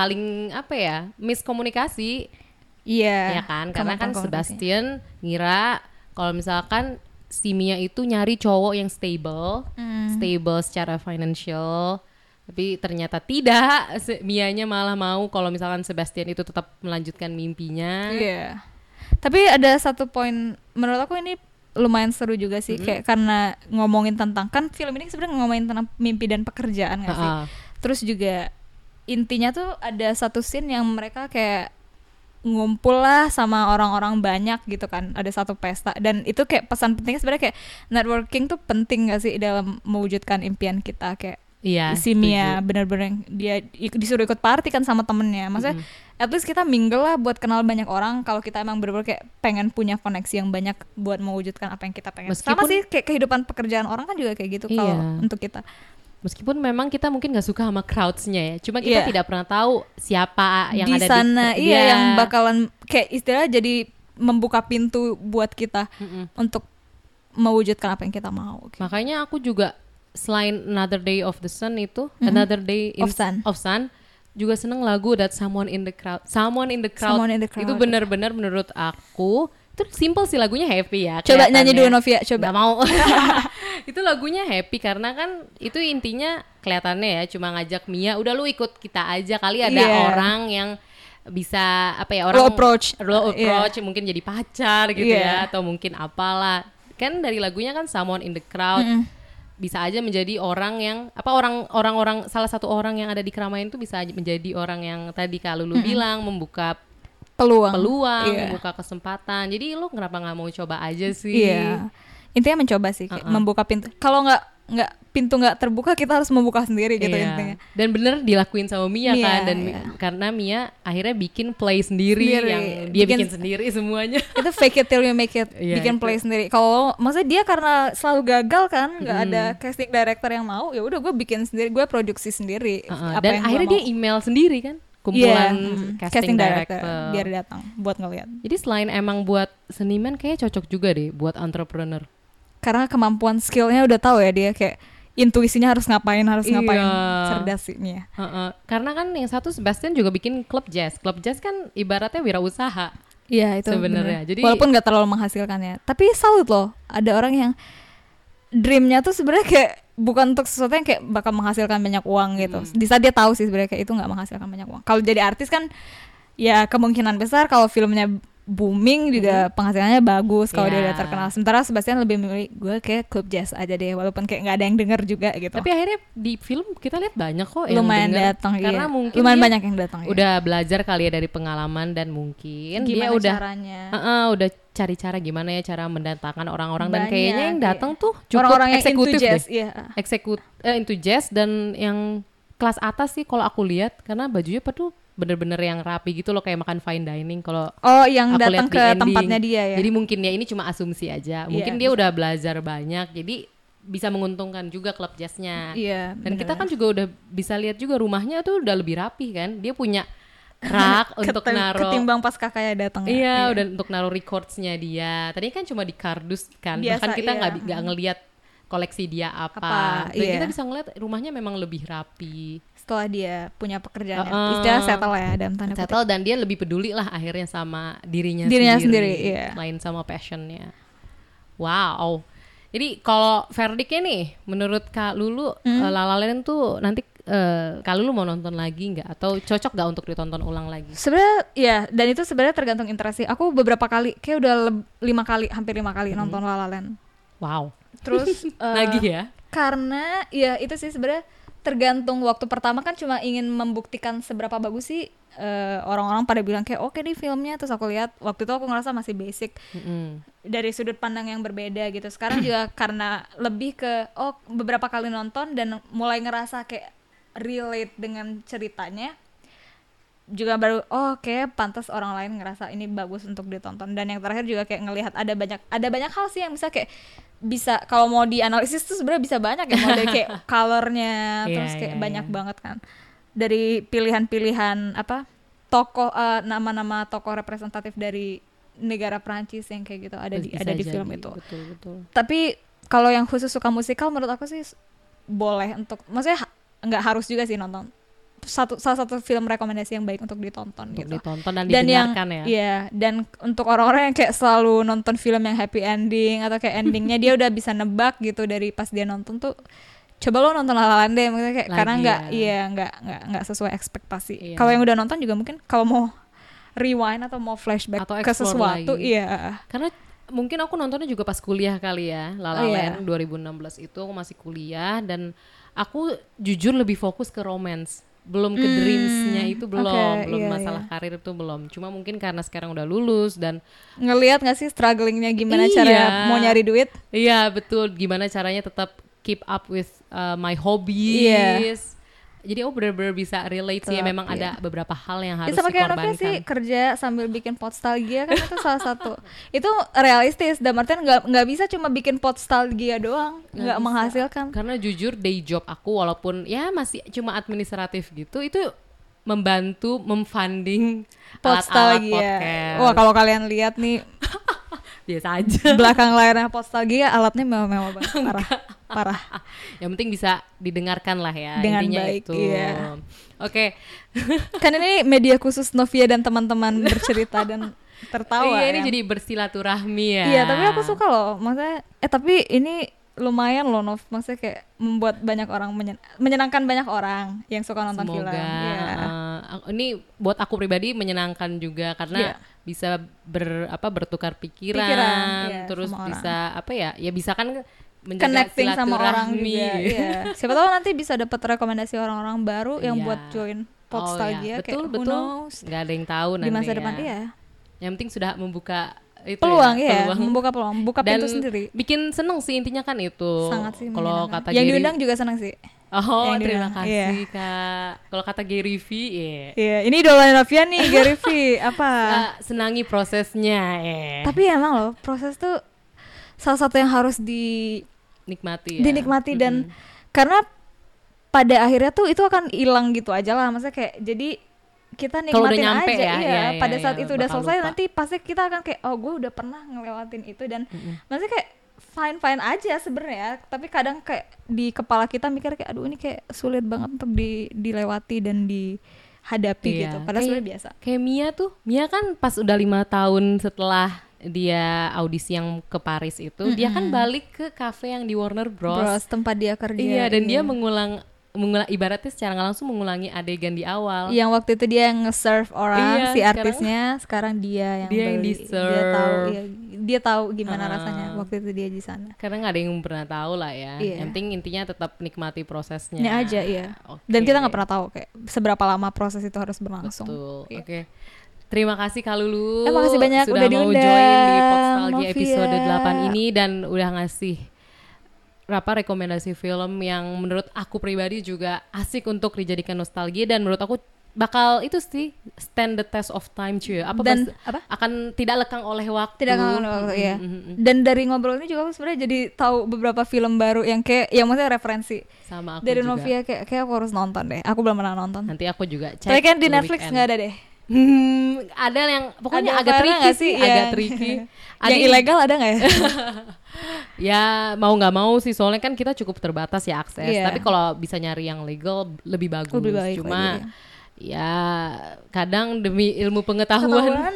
[SPEAKER 1] miskomunikasi. Ya kan, karena kan Sebastian ngira kalau misalkan si Mia itu nyari cowok yang stable secara financial. Tapi ternyata tidak, Mianya malah mau kalau misalkan Sebastian itu tetap melanjutkan mimpinya. Tapi ada satu poin menurut aku ini lumayan seru juga sih, kayak karena ngomongin tentang, kan film ini sebenarnya ngomongin tentang mimpi dan pekerjaan nggak sih? Terus juga intinya tuh ada satu scene yang mereka kayak ngumpul lah sama orang-orang banyak gitu kan, ada satu pesta, dan itu kayak pesan pentingnya sebenarnya kayak networking tuh penting nggak sih dalam mewujudkan impian kita, kayak
[SPEAKER 4] si Mia benar-benar dia disuruh ikut party kan sama temennya. Maksudnya at least kita mingle lah buat kenal banyak orang. Kalau kita emang benar-benar kayak pengen punya koneksi yang banyak buat mewujudkan apa yang kita pengen. Sama sih kayak kehidupan pekerjaan orang kan juga kayak gitu kalau untuk kita.
[SPEAKER 1] Meskipun memang kita mungkin nggak suka sama crowds-nya ya, cuma kita tidak pernah tahu siapa yang
[SPEAKER 4] di
[SPEAKER 1] ada
[SPEAKER 4] sana, di sana. Yang bakalan kayak istilah jadi membuka pintu buat kita untuk mewujudkan apa yang kita mau.
[SPEAKER 1] Makanya aku juga selain Another Day of the Sun itu, Another Day of Sun, juga seneng lagu That Someone in the Crowd. Someone in the Crowd. Itu benar-benar menurut aku itu simple sih, lagunya happy ya.
[SPEAKER 4] Coba nyanyi dulu Novia, coba.
[SPEAKER 1] Gak mau. Itu lagunya happy karena kan itu intinya kelihatannya ya cuma ngajak Mia, udah lu ikut kita aja kali ada orang yang bisa apa ya, orang low approach mungkin jadi pacar gitu ya, atau mungkin apalah. Kan dari lagunya kan Someone in the Crowd. Bisa aja menjadi orang yang orang salah satu orang yang ada di keramaian itu bisa menjadi orang yang tadi Kak Lulu bilang membuka peluang membuka kesempatan. Jadi lo kenapa nggak mau coba aja sih?
[SPEAKER 4] Intinya mencoba sih, kayak membuka pintu. Kalau nggak pintu nggak terbuka, kita harus membuka sendiri gitu intinya.
[SPEAKER 1] Dan bener dilakuin sama Mia kan, dan karena Mia akhirnya bikin play sendiri yang dia bikin sendiri semuanya.
[SPEAKER 4] Itu fake it till you make it, bikin play sendiri. Kalau maksudnya dia karena selalu gagal kan, nggak ada casting director yang mau, ya udah gue bikin sendiri, gue produksi sendiri.
[SPEAKER 1] Dan akhirnya dia email sendiri kan, kumpulan casting director
[SPEAKER 4] biar datang buat ngeliat.
[SPEAKER 1] Jadi selain emang buat seniman, kayaknya cocok juga deh buat entrepreneur.
[SPEAKER 4] Karena kemampuan skillnya udah tahu ya, dia kayak intuisinya harus ngapain cerdas sih Mia.
[SPEAKER 1] Karena kan yang satu Sebastian juga bikin klub jazz kan ibaratnya wirausaha.
[SPEAKER 4] Iya itu
[SPEAKER 1] sebenarnya. Jadi
[SPEAKER 4] walaupun nggak terlalu menghasilkan ya, tapi salut loh ada orang yang dreamnya tuh sebenarnya kayak bukan untuk sesuatu yang kayak bakal menghasilkan banyak uang gitu. Di saat dia tahu sih sebenarnya kayak itu nggak menghasilkan banyak uang. Kalau jadi artis kan ya kemungkinan besar kalau filmnya booming juga penghasilannya bagus kalau dia udah terkenal. Sementara Sebastian lebih memilih gue kayak klub jazz aja deh, walaupun kayak nggak ada yang denger juga gitu.
[SPEAKER 1] Tapi akhirnya di film kita lihat banyak kok
[SPEAKER 4] lumayan
[SPEAKER 1] yang
[SPEAKER 4] datang,
[SPEAKER 1] karena mungkin
[SPEAKER 4] lumayan banyak yang datang.
[SPEAKER 1] Udah belajar kali ya dari pengalaman, dan mungkin
[SPEAKER 4] gimana
[SPEAKER 1] dia udah
[SPEAKER 4] caranya.
[SPEAKER 1] Udah cari cara gimana ya cara mendatangkan orang-orang, dan kayaknya yang datang tuh cukup
[SPEAKER 4] orang-orang
[SPEAKER 1] eksekutif
[SPEAKER 4] yang into
[SPEAKER 1] deh. Into jazz dan yang kelas atas sih kalau aku lihat, karena bajunya tuh bener-bener yang rapi gitu loh, kayak makan fine dining. Kalau
[SPEAKER 4] yang datang ke tempatnya dia ya.
[SPEAKER 1] Jadi mungkin ya ini cuma asumsi aja. Mungkin dia udah belajar banyak, jadi bisa menguntungkan juga klub jazznya. Dan kita kan juga udah bisa lihat juga rumahnya tuh udah lebih rapi kan. Dia punya rak untuk naruh.
[SPEAKER 4] Ketimbang pas kakaknya datang.
[SPEAKER 1] Iya, udah untuk naruh recordsnya dia. Tadi kan cuma di kardus kan. Bahkan kita nggak ngelihat koleksi dia apa. Dan kita bisa ngeliat rumahnya memang lebih rapi
[SPEAKER 4] setelah dia punya pekerjaan istilah settle ya, dalam tanda kutip.
[SPEAKER 1] Settle, dan dia lebih peduli lah akhirnya sama dirinya sendiri lain sama passionnya. Wow. Jadi kalau verdictnya nih menurut Kak Lulu, La La Land tuh nanti Kak Lulu mau nonton lagi nggak, atau cocok nggak untuk ditonton ulang lagi?
[SPEAKER 4] Sebenarnya ya, dan itu sebenarnya tergantung interest. Aku beberapa kali, kayak udah 5 kali nonton La La Land.
[SPEAKER 1] Wow.
[SPEAKER 4] Terus
[SPEAKER 1] nagih ya?
[SPEAKER 4] Karena ya itu sih sebenarnya tergantung. Waktu pertama kan cuma ingin membuktikan seberapa bagus sih, orang-orang pada bilang kayak oke nih filmnya. Terus aku lihat waktu itu aku ngerasa masih basic dari sudut pandang yang berbeda gitu. Sekarang juga karena lebih ke beberapa kali nonton dan mulai ngerasa kayak relate dengan ceritanya, juga baru kayak pantas orang lain ngerasa ini bagus untuk ditonton. Dan yang terakhir juga kayak ngelihat ada banyak hal sih yang bisa kalau mau dianalisis tuh sebenarnya bisa banyak ya, model kayak colornya terus kayak banyak banget kan, dari pilihan-pilihan tokoh, nama-nama tokoh representatif dari negara Prancis yang kayak gitu ada di film itu. Betul. Tapi kalau yang khusus suka musikal, menurut aku sih boleh untuk, maksudnya nggak harus juga sih nonton. Salah satu film rekomendasi yang baik untuk ditonton gitu.
[SPEAKER 1] Ditonton dan didengarkan ya.
[SPEAKER 4] Iya, dan untuk orang-orang yang kayak selalu nonton film yang happy ending atau kayak endingnya dia udah bisa nebak gitu dari pas dia nonton tuh, coba lo nonton La La Land deh, maksudnya kayak karena nggak sesuai ekspektasi. Kalau yang udah nonton juga mungkin kalau mau rewind atau mau flashback atau ke sesuatu lagi.
[SPEAKER 1] Karena mungkin aku nontonnya juga pas kuliah kali ya, La La Land 2016 itu aku masih kuliah, dan aku jujur lebih fokus ke romance. Belum ke dreams-nya itu belum masalah karir itu belum. Cuma mungkin karena sekarang udah lulus dan
[SPEAKER 4] ngelihat nggak sih strugglingnya gimana cara mau nyari duit.
[SPEAKER 1] Iya betul, gimana caranya tetap keep up with my hobbies. Jadi aku benar-benar bisa relate sih ya, memang ada beberapa hal yang harus
[SPEAKER 4] sama
[SPEAKER 1] dikorbankan.
[SPEAKER 4] Sama kayak sih kerja sambil bikin Podstalgia kan itu salah satu. Itu realistis, dan artian nggak bisa cuma bikin Podstalgia doang, nggak menghasilkan.
[SPEAKER 1] Karena jujur day job aku walaupun ya masih cuma administratif gitu, itu membantu memfunding alat-alat podcast.
[SPEAKER 4] Wah, kalau kalian lihat nih
[SPEAKER 1] biasa aja.
[SPEAKER 4] Belakang layarnya Podstalgia alatnya mewah-mewah banget, parah.
[SPEAKER 1] Yang penting bisa didengarkan lah ya,
[SPEAKER 4] dengan
[SPEAKER 1] intinya
[SPEAKER 4] baik,
[SPEAKER 1] itu.
[SPEAKER 4] Iya.
[SPEAKER 1] Oke.
[SPEAKER 4] Kan ini media khusus Novia dan teman-teman bercerita dan tertawa.
[SPEAKER 1] Iya, ini jadi bersilaturahmi ya.
[SPEAKER 4] Iya, tapi aku suka loh. Maksudnya tapi ini lumayan loh, Nov. Maksudnya kayak membuat banyak orang menyenangkan banyak orang yang suka nonton film.
[SPEAKER 1] Ini buat aku pribadi menyenangkan juga karena bisa bertukar pikiran terus bisa ya bisa kan menjaga
[SPEAKER 4] connecting sama orang juga. Iya. Siapa tahu nanti bisa dapat rekomendasi orang-orang baru yang buat join Podstalgia.
[SPEAKER 1] Betul. Nggak ada yang tahu nanti
[SPEAKER 4] di masa depan
[SPEAKER 1] Yang penting sudah membuka
[SPEAKER 4] peluang, membuka peluang, buka pintu sendiri.
[SPEAKER 1] Bikin seneng sih intinya kan itu.
[SPEAKER 4] Sangat sih.
[SPEAKER 1] Kalau kata
[SPEAKER 4] yang
[SPEAKER 1] Gary,
[SPEAKER 4] diundang juga seneng sih.
[SPEAKER 1] Oh, terima kasih Kak. Kalau kata Gary V,
[SPEAKER 4] ini idola Novia nih, Gary V. Apa?
[SPEAKER 1] Senangi prosesnya,
[SPEAKER 4] Tapi emang loh, proses tuh salah satu yang harus dinikmati dan karena pada akhirnya tuh itu akan hilang gitu aja lah. Maksudnya kayak jadi kita nikmatin aja pada saat itu udah selesai lupa. Nanti pasti kita akan kayak gue udah pernah ngelewatin itu dan maksudnya kayak fine aja sebenarnya, tapi kadang kayak di kepala kita mikir kayak aduh ini kayak sulit banget untuk dilewati dan dihadapi gitu. Padahal sebenarnya biasa.
[SPEAKER 1] Kayak Mia kan pas udah 5 tahun setelah dia audisi yang ke Paris itu, dia kan balik ke cafe yang di Warner Bros
[SPEAKER 4] tempat dia kerja.
[SPEAKER 1] Iya, dan dia mengulang ibaratnya secara nggak langsung mengulangi adegan di awal.
[SPEAKER 4] Yang waktu itu dia yang nge-serve orang si artisnya, sekarang dia yang
[SPEAKER 1] di-serve.
[SPEAKER 4] Dia tahu gimana rasanya waktu itu dia di sana.
[SPEAKER 1] Karena nggak ada yang pernah tahu lah ya. Yang penting intinya tetap nikmati prosesnya.
[SPEAKER 4] Ini aja Okay. Dan kita nggak pernah tahu kayak seberapa lama proses itu harus berlangsung.
[SPEAKER 1] Betul. Oke. Terima kasih Kak Lulu.
[SPEAKER 4] Makasih banyak
[SPEAKER 1] sudah
[SPEAKER 4] udah
[SPEAKER 1] mau
[SPEAKER 4] diundang.
[SPEAKER 1] Join di Podstalgia episode 8 ini dan udah ngasih rekomendasi film yang menurut aku pribadi juga asik untuk dijadikan nostalgia dan menurut aku bakal itu sih stand the test of time cuy. Akan tidak lekang oleh waktu.
[SPEAKER 4] Iya. Dan dari ngobrol ini juga aku sebenarnya jadi tahu beberapa film baru yang kayak yang maksudnya referensi.
[SPEAKER 1] Sama aku
[SPEAKER 4] dari
[SPEAKER 1] juga.
[SPEAKER 4] Novia kayak aku harus nonton deh. Aku belum pernah nonton.
[SPEAKER 1] Nanti aku juga cek.
[SPEAKER 4] Tapi kan di Netflix nggak ada deh.
[SPEAKER 1] Ada yang pokoknya agak tricky sih, agak tricky.
[SPEAKER 4] Yang ilegal ada nggak ya?
[SPEAKER 1] Ya mau nggak mau sih, soalnya kan kita cukup terbatas ya akses. Tapi kalau bisa nyari yang legal lebih bagus. Cuma ya kadang demi ilmu pengetahuan.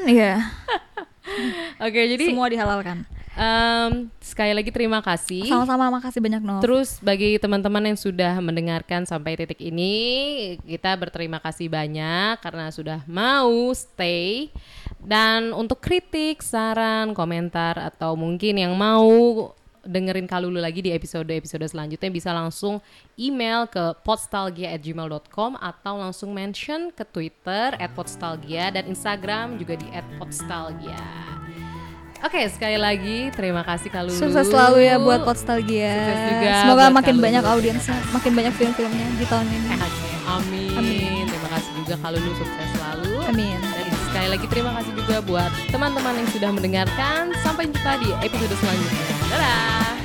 [SPEAKER 1] Oke, jadi
[SPEAKER 4] semua dihalalkan.
[SPEAKER 1] Sekali lagi terima kasih.
[SPEAKER 4] Sama-sama, makasih banyak Nov.
[SPEAKER 1] Terus bagi teman-teman yang sudah mendengarkan sampai titik ini, kita berterima kasih banyak karena sudah mau stay. Dan untuk kritik, saran, komentar atau mungkin yang mau dengerin Kak Lulu lagi di episode-episode selanjutnya, bisa langsung email ke podstalgia@gmail.com atau langsung mention ke Twitter @podstalgia dan Instagram juga di @podstalgia. Oke, sekali lagi terima kasih Kak Lulu.
[SPEAKER 4] Sukses selalu ya buat Podstalgia.
[SPEAKER 1] Sukses juga.
[SPEAKER 4] Semoga makin banyak audiensnya, makin banyak film-filmnya di tahun ini.
[SPEAKER 1] Amin. Terima kasih juga Kak Lulu, sukses selalu.
[SPEAKER 4] Amin.
[SPEAKER 1] Dan sekali lagi terima kasih juga buat teman-teman yang sudah mendengarkan. Sampai jumpa di episode selanjutnya. Dadah.